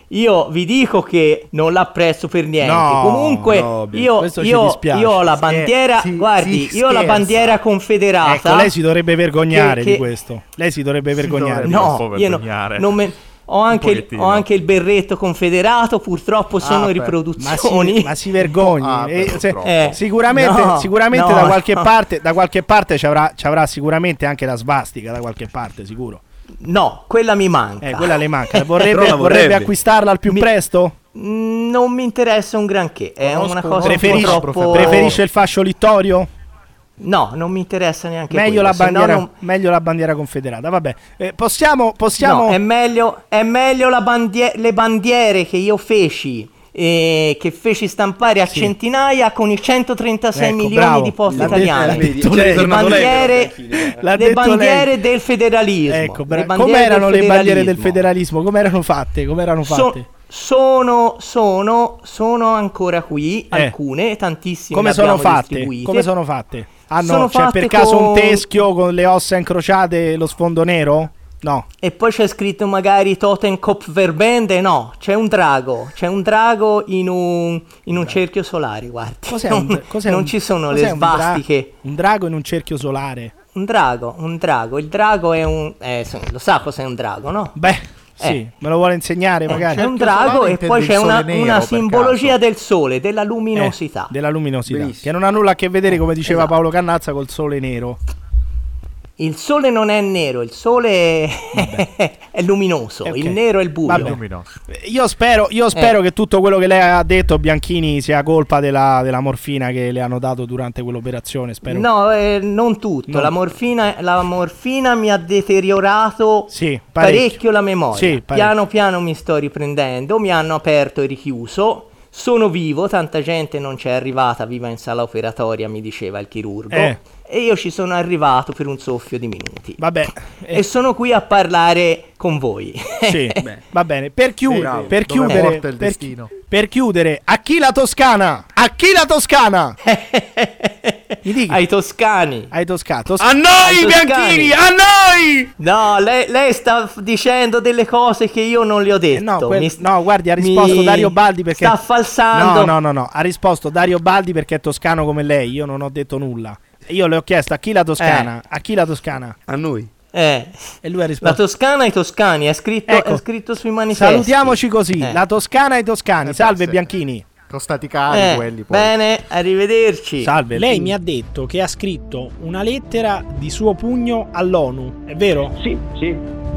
io vi dico che non l'apprezzo per niente. No, Comunque no, io, questo ci io, dispiace. io ho la Scher- bandiera, si- guardi, si io ho la scherza. bandiera confederata. Ecco, lei si dovrebbe vergognare che- di che- questo. Lei si dovrebbe vergognare. dovrebbe. di No, può io no, vergognare. non me- ho, anche il, pochettino. ho anche il berretto confederato, purtroppo sono beh. Ma riproduzioni. si, ma si vergogni. Ah, beh, Eh, se- purtroppo. Eh, sicuramente no, sicuramente no, da qualche no. parte, da qualche parte ci avrà, ci avrà sicuramente anche la svastica, da qualche parte, sicuro. No, quella mi manca. Eh, quella le manca. Però Vorrebbe, la vorrebbe. vorrebbe acquistarla al più Mi- presto? Mm, Non mi interessa un granché, è Conosco una un cosa un po' Preferisce, troppo... preferisce il fascio littorio? No, non mi interessa neanche Meglio quello, la, se no bandiera, non- meglio la bandiera confederata. Vabbè, eh, possiamo, possiamo... No, è meglio, è meglio la bandie- le bandiere che io feci, eh, che feci stampare a Sì. centinaia con i centotrentasei Ecco, milioni bravo. di poste L'ha detto- italiane. l'ha Vedi, detto c'è lei. Le ritornato lei, bandiere, però, L'ha le detto bandiere lei. del federalismo. Ecco, bra- le bandiere com'erano del le bandiere del federalismo. federalismo? Com'erano fatte? Com'erano So- fatte? sono, sono, sono ancora qui, Eh. alcune, tantissime. Come le sono abbiamo fatte? distribuite. Come sono fatte? Hanno, Sono c'è fatte per caso un con- teschio con le ossa incrociate e lo sfondo nero? No. E poi c'è scritto magari Totenkopfverbände, no, c'è un drago, c'è un drago in un, in un cerchio solare, guardi. Cos'è non un, cos'è non un- ci sono cos'è le un dra- svastiche. Un drago in un cerchio solare. Un drago, un drago, il drago è un... Eh, se- lo sa cos'è un drago, no? Beh, sì, Eh. me lo vuole insegnare Eh, magari? c'è un cerchio drago solare e intende poi il c'è sole una, nero, una per simbologia caso. del sole, della Eh, luminosità. della luminosità. Benissimo. Che non ha nulla a che vedere, come diceva Esatto. Paolo Cannazza, col sole nero. Il sole non è nero, il sole è, è luminoso, Ok. il nero è il buio. Vabbè. Luminoso. Io spero, io spero che tutto quello che lei ha detto, Bianchini, sia colpa della, della morfina che le hanno dato durante quell'operazione. Spero. No, eh, non tutto. No. La, morfina, la morfina mi ha deteriorato Sì, parecchio. parecchio. la memoria. Sì, parecchio. piano piano mi sto riprendendo, mi hanno aperto e richiuso. Sono vivo, tanta gente non c'è arrivata viva in sala operatoria, mi diceva il chirurgo. Eh. E io ci sono arrivato per un soffio di minuti. Vabbè, eh, E sono qui a parlare con voi. sì, va bene. Per, chiu- Bravo. per Dove chiudere, porta il per, destino? per chiudere, a chi la Toscana? A chi la Toscana? Mi dica. Ai toscani. Ai Toscana. Tos- A noi, Ai toscani. Bianchini, a noi! No, lei, lei sta f- dicendo delle cose che io non le ho detto. Eh, no, quel- Mi st- no, guardi, ha risposto mi Dario Baldi perché... sta falsando. No, no, no, no, ha risposto Dario Baldi perché è toscano come lei, io non ho detto nulla. Io le ho chiesto a chi la Toscana? A chi la Toscana? A noi. Eh, E lui ha la risposto... Toscana ai toscani, è scritto, Ecco. è scritto sui manifesti. Salutiamoci così, Eh. la Toscana ai toscani. Eh, Salve sì. Bianchini. Sono stati cari Eh, quelli poi. bene, arrivederci. Salve. Lei mi ha detto che ha scritto una lettera di suo pugno all'ONU, è vero? Sì, sì.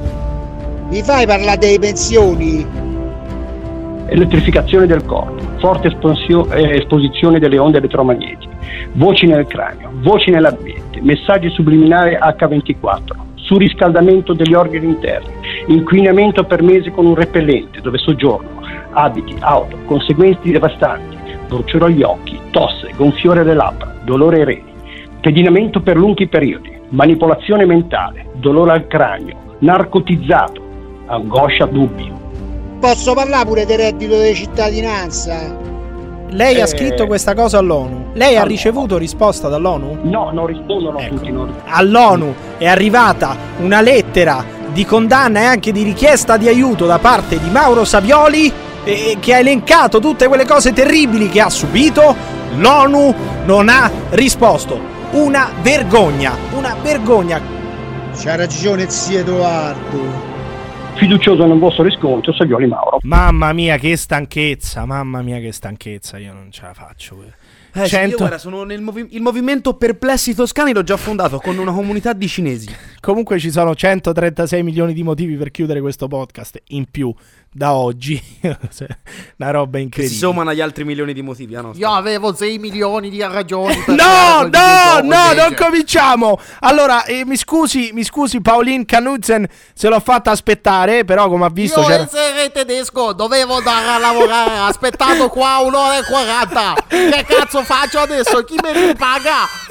Mi fai parlare delle pensioni? Elettrificazione del corpo, forte espansio- eh, esposizione delle onde elettromagnetiche, voci nel cranio, voci nell'ambiente, messaggi subliminali acca ventiquattro, surriscaldamento degli organi interni, inquinamento per mesi con un repellente dove soggiorno, abiti, auto, conseguenze devastanti, bruciore agli occhi, tosse, gonfiore alle labbra, dolore ai reni, pedinamento per lunghi periodi, manipolazione mentale, dolore al cranio, narcotizzato, angoscia, dubbi. Posso parlare pure del reddito di cittadinanza? Lei Eh, ha scritto questa cosa all'ONU. Lei ha allora. ricevuto risposta dall'ONU? No, non rispondono Ecco. tutti. Non... All'ONU è arrivata una lettera di condanna e anche di richiesta di aiuto da parte di Mauro Savioli, eh, che ha elencato tutte quelle cose terribili che ha subito. L'ONU non ha risposto. Una vergogna, una vergogna. C'ha ragione zio Edoardo. Fiducioso nel vostro riscontro, Savioli Mauro. Mamma mia che stanchezza, mamma mia che stanchezza, io non ce la faccio. Eh, sì, cento io guarda, sono nel movi- il movimento Perplessi Toscani l'ho già fondato con una comunità di cinesi. Comunque ci sono centotrentasei milioni di motivi per chiudere questo podcast in più da oggi. Una roba Che si incredibile. sommano agli altri milioni di motivi. Ah, no, Io avevo sei milioni di ragioni per No, fare quel no, videogioco, no, invece. non cominciamo. Allora, eh, mi scusi, mi scusi Pauline Knudsen se l'ho fatta aspettare, però come ha visto Io c'era... essere tedesco dovevo andare a lavorare, ho aspettato qua un'ora e quaranta. Che cazzo faccio adesso? Chi me li paga?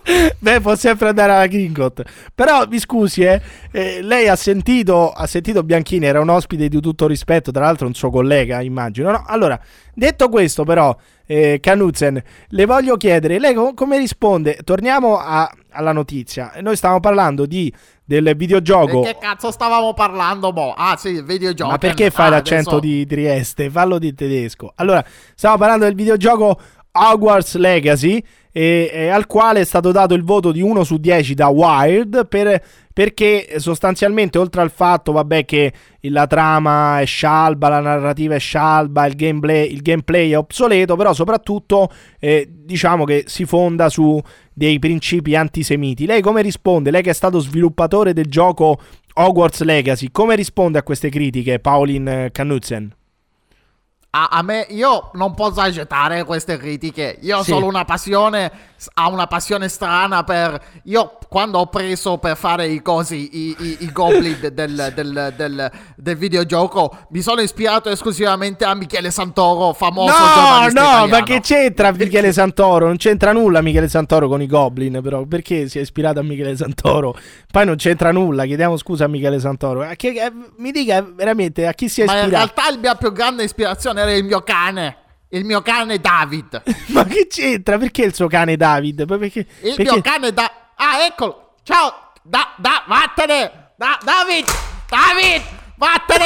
Beh, può sempre andare alla Gringot. Però mi scusi, eh, eh, lei ha sentito, ha sentito Bianchini, era un ospite di tutto rispetto, tra l'altro un suo collega, immagino. No? Allora, detto questo, però, eh, Knudsen, le voglio chiedere, lei com- come risponde? Torniamo a, alla notizia. Noi stavamo parlando di del videogioco. Di che cazzo stavamo parlando, boh? Ah, sì, il videogioco. Ma perché fai ah, l'accento adesso... di Trieste? Fallo di tedesco. Allora, stiamo parlando del videogioco Hogwarts Legacy, e, e al quale è stato dato il voto di uno su dieci da Wired per, perché sostanzialmente, oltre al fatto vabbè che la trama è scialba, la narrativa è scialba, il gameplay, il gameplay è obsoleto, però soprattutto eh, diciamo che si fonda su dei principi antisemiti. Lei come risponde? Lei che è stato sviluppatore del gioco Hogwarts Legacy, come risponde a queste critiche, Pauline Knudsen? A, a me, io non posso accettare queste critiche. Io ho Sì. solo una passione, ha una passione strana per... Io quando ho preso per fare i cosi, i, i, i goblin del, del, del, del videogioco, mi sono ispirato esclusivamente a Michele Santoro, famoso No, giornalista no, italiano. ma che c'entra Michele Santoro? Non c'entra nulla Michele Santoro con i Goblin, però perché si è ispirato a Michele Santoro? Poi non c'entra nulla, chiediamo scusa a Michele Santoro. A chi, eh, mi dica veramente a chi si è Ma in ispirato? realtà la mia più grande ispirazione era il mio cane. Il mio cane David. Ma che c'entra? Perché il suo cane David? Poi Perché, Il perché- mio cane da... Ah, eccolo. Ciao. Da, da, vattene. Da, David. David. Vattene,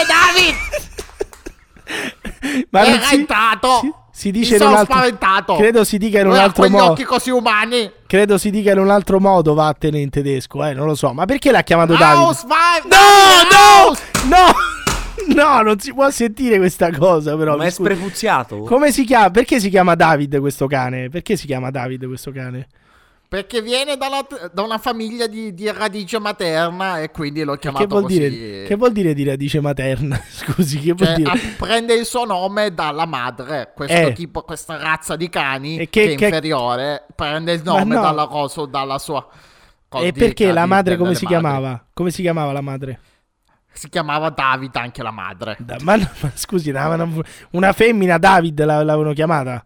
David. Ma non Era si- entrato. si, si Mi dice in sono un altro... spaventato. Credo si dica in un Lui ha altro quegli modo. occhi così umani. Credo si dica in un altro modo, vattene in tedesco, eh, non lo so. Ma perché l'ha chiamato David? House, vai, No, House. no, no, no, non si può sentire questa cosa, però. Ma mi è scusi. sprefuziato? Come si chiama? Perché si chiama David questo cane? Perché si chiama David questo cane? Perché viene dalla- da una famiglia di, di radice materna e quindi l'ho chiamato Che vuol, così. dire, che vuol dire di radice materna? Scusi, che vuol Cioè, dire? ah, prende il suo nome dalla madre, questo Eh. tipo, questa razza di cani E che, che- è che- inferiore, prende il nome no. dalla cosa, dalla sua... E di- perché la di- madre delle come si madri. chiamava? Come si chiamava la madre? Si chiamava David anche la madre. Da- ma, no, ma scusi, una, una- una femmina David la- l'avevano chiamata?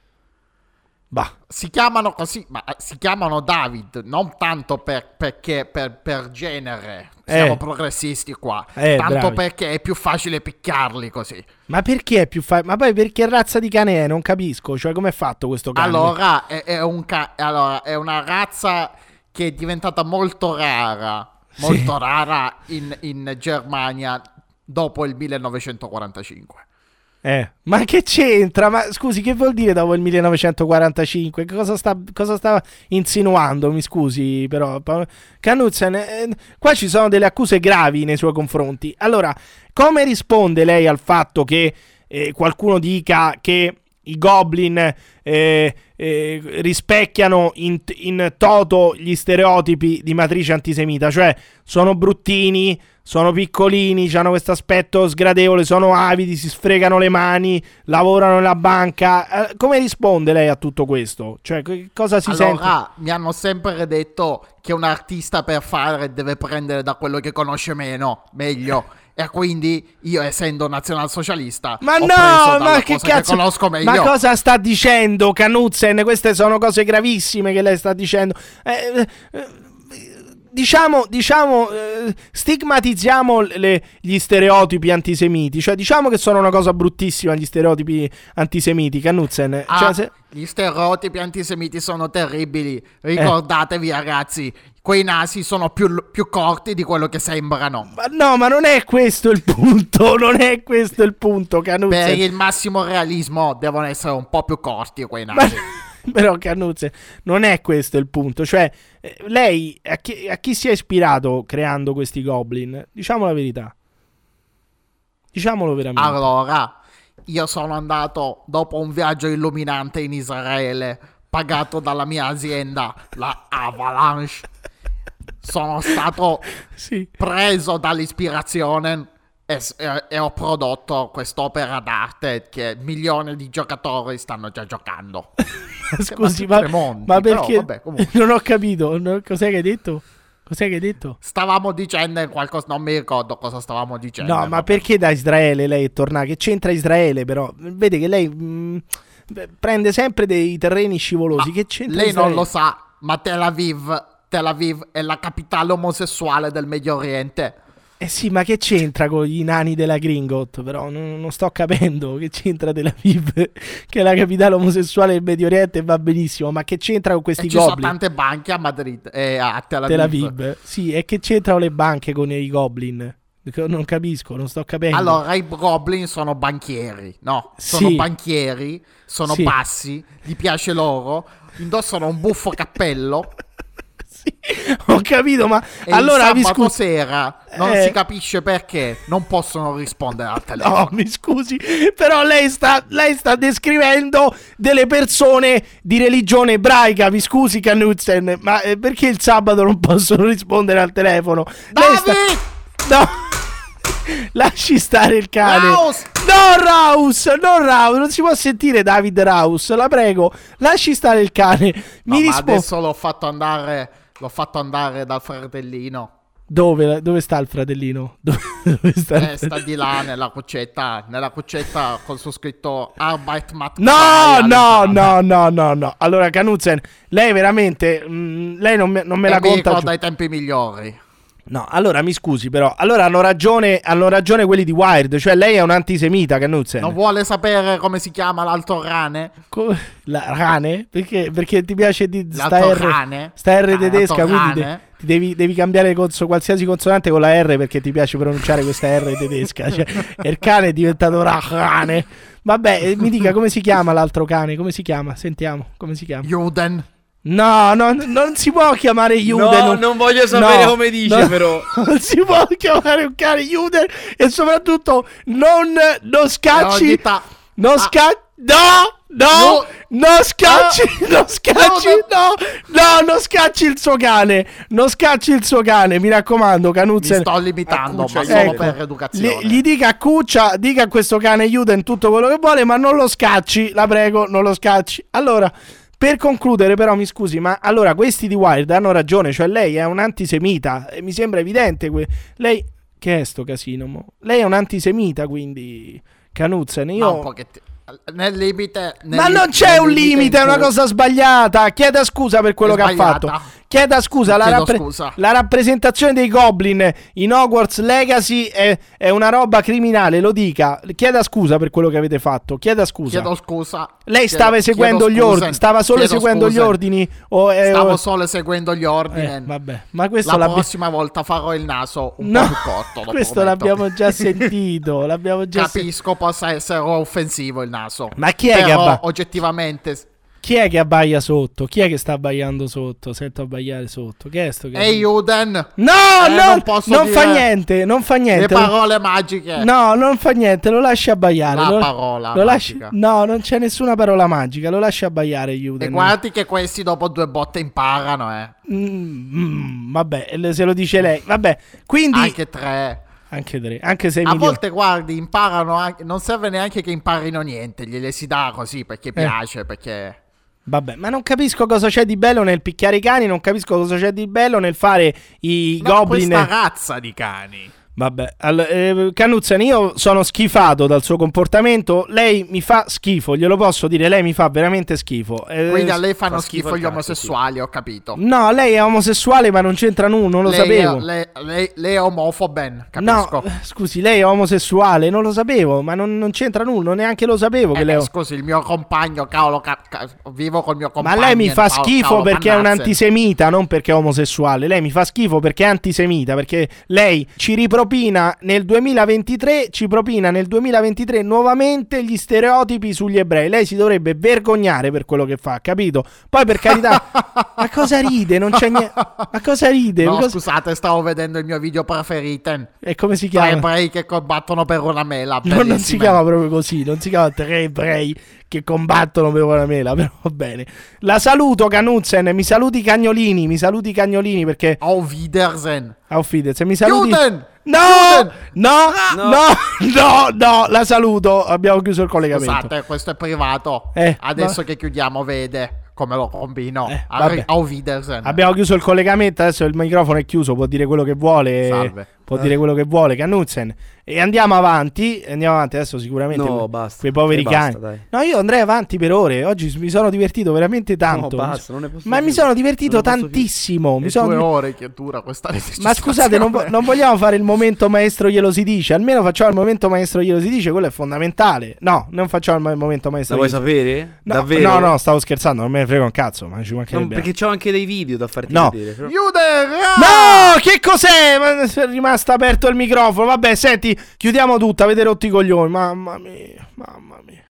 Bah. Si chiamano così, ma eh, si chiamano David, non tanto per, perché per, per genere, siamo Eh. progressisti qua, Eh, tanto bravi. perché è più facile picchiarli così. Ma perché è più fa- Ma poi perché razza di cane è? Non capisco. Cioè, com'è fatto questo cane? Allora è, è un ca- allora, è una razza che è diventata molto rara, molto rara in, in Germania dopo il millenovecentoquarantacinque. Eh, ma che c'entra? Ma scusi, che vuol dire dopo il millenovecentoquarantacinque? Cosa sta, cosa stava insinuando? Mi scusi, però. Pa- Knudsen, eh, qua ci sono delle accuse gravi nei suoi confronti. Allora, come risponde lei al fatto che eh, qualcuno dica che i Goblin eh, eh, rispecchiano in, in toto gli stereotipi di matrice antisemita? Cioè, sono bruttini, sono piccolini, hanno questo aspetto sgradevole, sono avidi, si sfregano le mani, lavorano nella banca. Eh, come risponde lei a tutto questo? Cioè, che cosa si allora, sente? mi hanno sempre detto che un artista per fare deve prendere da quello che conosce meno, meglio. E quindi io, essendo nazionalsocialista, Ma ho no, preso dalla ma che cosa cazzo? che conosco meglio. Ma cosa sta dicendo Knudsen? Queste sono cose gravissime che lei sta dicendo. Eh, eh, diciamo, diciamo, eh, stigmatizziamo le- gli stereotipi antisemiti. Cioè, diciamo che sono una cosa bruttissima gli stereotipi antisemiti, Knudsen. Ah, Cioè, se- gli stereotipi antisemiti sono terribili. Ricordatevi, ragazzi, quei nasi sono più, più corti di quello che sembrano. Ma no, ma non è questo il punto. Non è questo il punto, Per Knudsen. il massimo realismo devono essere un po' più corti quei Ma- nasi. Però Knudsen, non è questo il punto. Cioè, eh, lei a chi, a chi si è ispirato creando questi Goblin? Diciamo la verità. Diciamolo veramente. Allora, io sono andato dopo un viaggio illuminante in Israele, pagato dalla mia azienda, la Avalanche. Sono stato Sì. preso dall'ispirazione e, s- e- e ho prodotto quest'opera d'arte che milioni di giocatori stanno già giocando. Scusi, ma ma, Tremonti, ma però, perché? vabbè, comunque. Non ho capito. non- Cos'è che hai detto? Cos'è che hai detto? Stavamo dicendo qualcosa, non mi ricordo cosa stavamo dicendo. No, ma vabbè. perché da Israele lei è tornata? Che c'entra Israele, però? Vede che lei mh, prende sempre dei terreni scivolosi. Ma Che c'entra lei Israele? non lo sa, ma Tel Aviv, Tel Aviv è la capitale omosessuale del Medio Oriente. Eh sì, ma che c'entra con gli nani della Gringot? Però non, non sto capendo che c'entra Tel Aviv, che è la capitale omosessuale del Medio Oriente e va benissimo, ma che c'entra con questi e ci goblin? sono tante banche a Madrid e a Tel Aviv. Tel Aviv. Sì, e che c'entrano le banche con i goblin? Non capisco, non sto capendo. Allora, i goblin sono banchieri, no? Sono Sì. banchieri, sono Sì. bassi, gli piace loro, indossano un buffo cappello. Sì, ho capito, ma E allora il mi sabato scusi. sera non Eh. si capisce perché non possono rispondere al telefono. No, mi scusi, però lei sta, lei sta descrivendo delle persone di religione ebraica. Mi scusi, Knudsen, ma eh, perché il sabato non possono rispondere al telefono? Lei sta... David! No, lasci stare il cane. Raus! No, Raus, non Raus, non si può sentire David Raus, la prego, lasci stare il cane. No, Mi ma rispondi. adesso l'ho fatto andare, l'ho fatto andare dal fratellino. Dove, dove sta il fratellino? Dove, dove sta il Eh, sta di là nella cuccetta, nella cuccetta con su scritto Arbeit macht No, frei no, all'interno. no, no, no, no. Allora, Knudsen, lei veramente, mh, lei non me, non me E la mi conta giù. ricorda i tempi migliori. No, allora mi scusi, però. Allora hanno ragione, hanno ragione quelli di Wired. Cioè, lei è un antisemita, Knudsen. Non vuole sapere come si chiama l'altro rane? Co- la rane? Perché? Perché ti piace di sta L'altro R, rane? sta R Ah, tedesca, l'altro quindi rane? de- ti devi, devi cambiare conso- qualsiasi consonante con la R perché ti piace pronunciare questa R tedesca. Cioè, il cane è diventato ra- rane. Vabbè, eh, mi dica come si chiama l'altro cane? Come si chiama? Sentiamo, come si chiama? Juden. No, no, non si può chiamare Juden. No, non voglio sapere come dice, no, però. Non si può chiamare un cane Juden e soprattutto non, non scacci. ogni ta- Non Ah. scacci. No, no, non scacci. Non scacci. No, no, non scacci il suo cane. Non scacci il suo cane. Mi raccomando, Mi Knudsen. sto limitando, Accuccia ma solo Ecco. per educazione. Gli, gli dica a Cuccia, dica a questo cane Juden tutto quello che vuole, ma non lo scacci. La prego, non lo scacci. Allora. Per concludere, però, mi scusi, ma allora questi di Wired hanno ragione, cioè lei è un antisemita, e mi sembra evidente. Que- lei, che è sto casino? Mo? Lei è un antisemita, quindi, Knudsen, io... Ma un pochettino. Nel limite. nel Ma li- non c'è nel un limite, è in una cui- cosa sbagliata. Chieda scusa per quello È che ha sbagliata. fatto. Chieda scusa, la, Chiedo rappre- scusa. la rappresentazione dei Goblin in Hogwarts Legacy è, è una roba criminale, lo dica. Chieda scusa per quello che avete fatto. Chieda scusa. Chiedo scusa. Lei Chiedo- stava eseguendo chiedo gli ordini, scusa. stava solo Chiedo eseguendo gli scusa. ordini o, eh, Stavo o- solo eseguendo gli ordini. eh, vabbè, ma questo La l'abbia- prossima volta farò il naso un No, po' più corto. lo questo prometto. l'abbiamo già sentito, l'abbiamo già sentito. Capisco possa essere offensivo il naso. Ma chi è Però, che abba- oggettivamente. Chi è che abbaia sotto? Chi è che sta abbaiando sotto? Sento abbaiare sotto. Che è sto che Ehi, Juden. No, Eh, no, non non, posso fa dire niente, non fa Le niente. parole magiche. No, non fa niente, lo lasci abbaiare. La lo, parola lo lasci- magica. No, non c'è nessuna parola magica, lo lasci abbaiare, E Juden. guardi che questi dopo due botte imparano, eh. Mm, mm, vabbè, se lo dice lei. Vabbè, quindi Anche tre. anche tre, anche sei A milioni. volte, guardi, imparano anche. Non serve neanche che imparino niente. Gliele si dà così perché piace. Perché. Vabbè, ma non capisco cosa c'è di bello nel picchiare i cani, non capisco cosa c'è di bello nel fare i No, goblin. questa razza di cani. Vabbè, allora, eh, Knudsen, io sono schifato dal suo comportamento. Lei mi fa schifo, glielo posso dire, lei mi fa veramente schifo. Eh, Quindi a lei fanno fa schifo schifo il gli cazzo, omosessuali, ho capito. No, lei è omosessuale, ma non c'entra nulla, non lo lei, sapevo. È, lei, lei, lei è omofoben, No, capisco. eh, scusi, lei è omosessuale, non lo sapevo, ma non, non c'entra nulla, neanche lo sapevo che Eh lei beh, è... scusi, il mio compagno, cavolo, ca- ca- vivo col mio Ma compagno. lei mi fa Paolo- schifo Paolo perché è un Pannazze. antisemita, non perché è omosessuale. Lei mi fa schifo perché è antisemita, perché lei ci ripropina nel duemilaventitré, ci propina nel duemilaventitré nuovamente gli stereotipi sugli ebrei. Lei si dovrebbe vergognare per quello che fa, capito? Poi per carità, ma cosa ride? Non c'è niente. Ma cosa ride? No, Cosa- scusate, stavo vedendo il mio video preferito. E come si Tra chiama? ebrei che combattono per una mela. No, non si bellissime. chiama proprio così, non si chiama tre ebrei che combattono per una mela, però va bene. La saluto, Knudsen, mi saluti i cagnolini, mi saluti i cagnolini perché... Auf Wiedersehen. Auf Wiedersehen, mi saluti... Juden! No, Juden! no, no, no, no, la saluto, abbiamo chiuso il collegamento. Scusate, questo è privato. Eh, Adesso va- che chiudiamo, vede come lo combino. Eh, Arri- vabbè. Auf Wiedersehen. Abbiamo chiuso il collegamento, adesso il microfono è chiuso, può dire quello che vuole. Salve. può Eh. dire quello che vuole Knudsen. E andiamo avanti, andiamo avanti adesso sicuramente. No, que- basta. Quei poveri Eh, basta, cani. dai. No, io andrei avanti per ore. Oggi mi sono divertito veramente tanto. No, basta, non ne posso Ma più. mi sono divertito Non ne posso più. tantissimo. Mi Le sono due di- ore che dura questa registrazione. Ma scusate, non, vo- non vogliamo fare il momento maestro glielo si dice? Almeno facciamo il momento maestro glielo si dice, quello è fondamentale. No, non facciamo il mo- momento maestro. La vuoi glielo si- sapere? No, Davvero? no, no, stavo scherzando, non me ne frega un cazzo, ma ci Non- mancherebbe. perché c'ho anche dei video da farti No. vedere. però- Chiude! No, che cos'è? Ma è rimasto aperto il microfono. Vabbè, senti, chiudiamo tutto, avete rotto i coglioni. Mamma mia, mamma mia.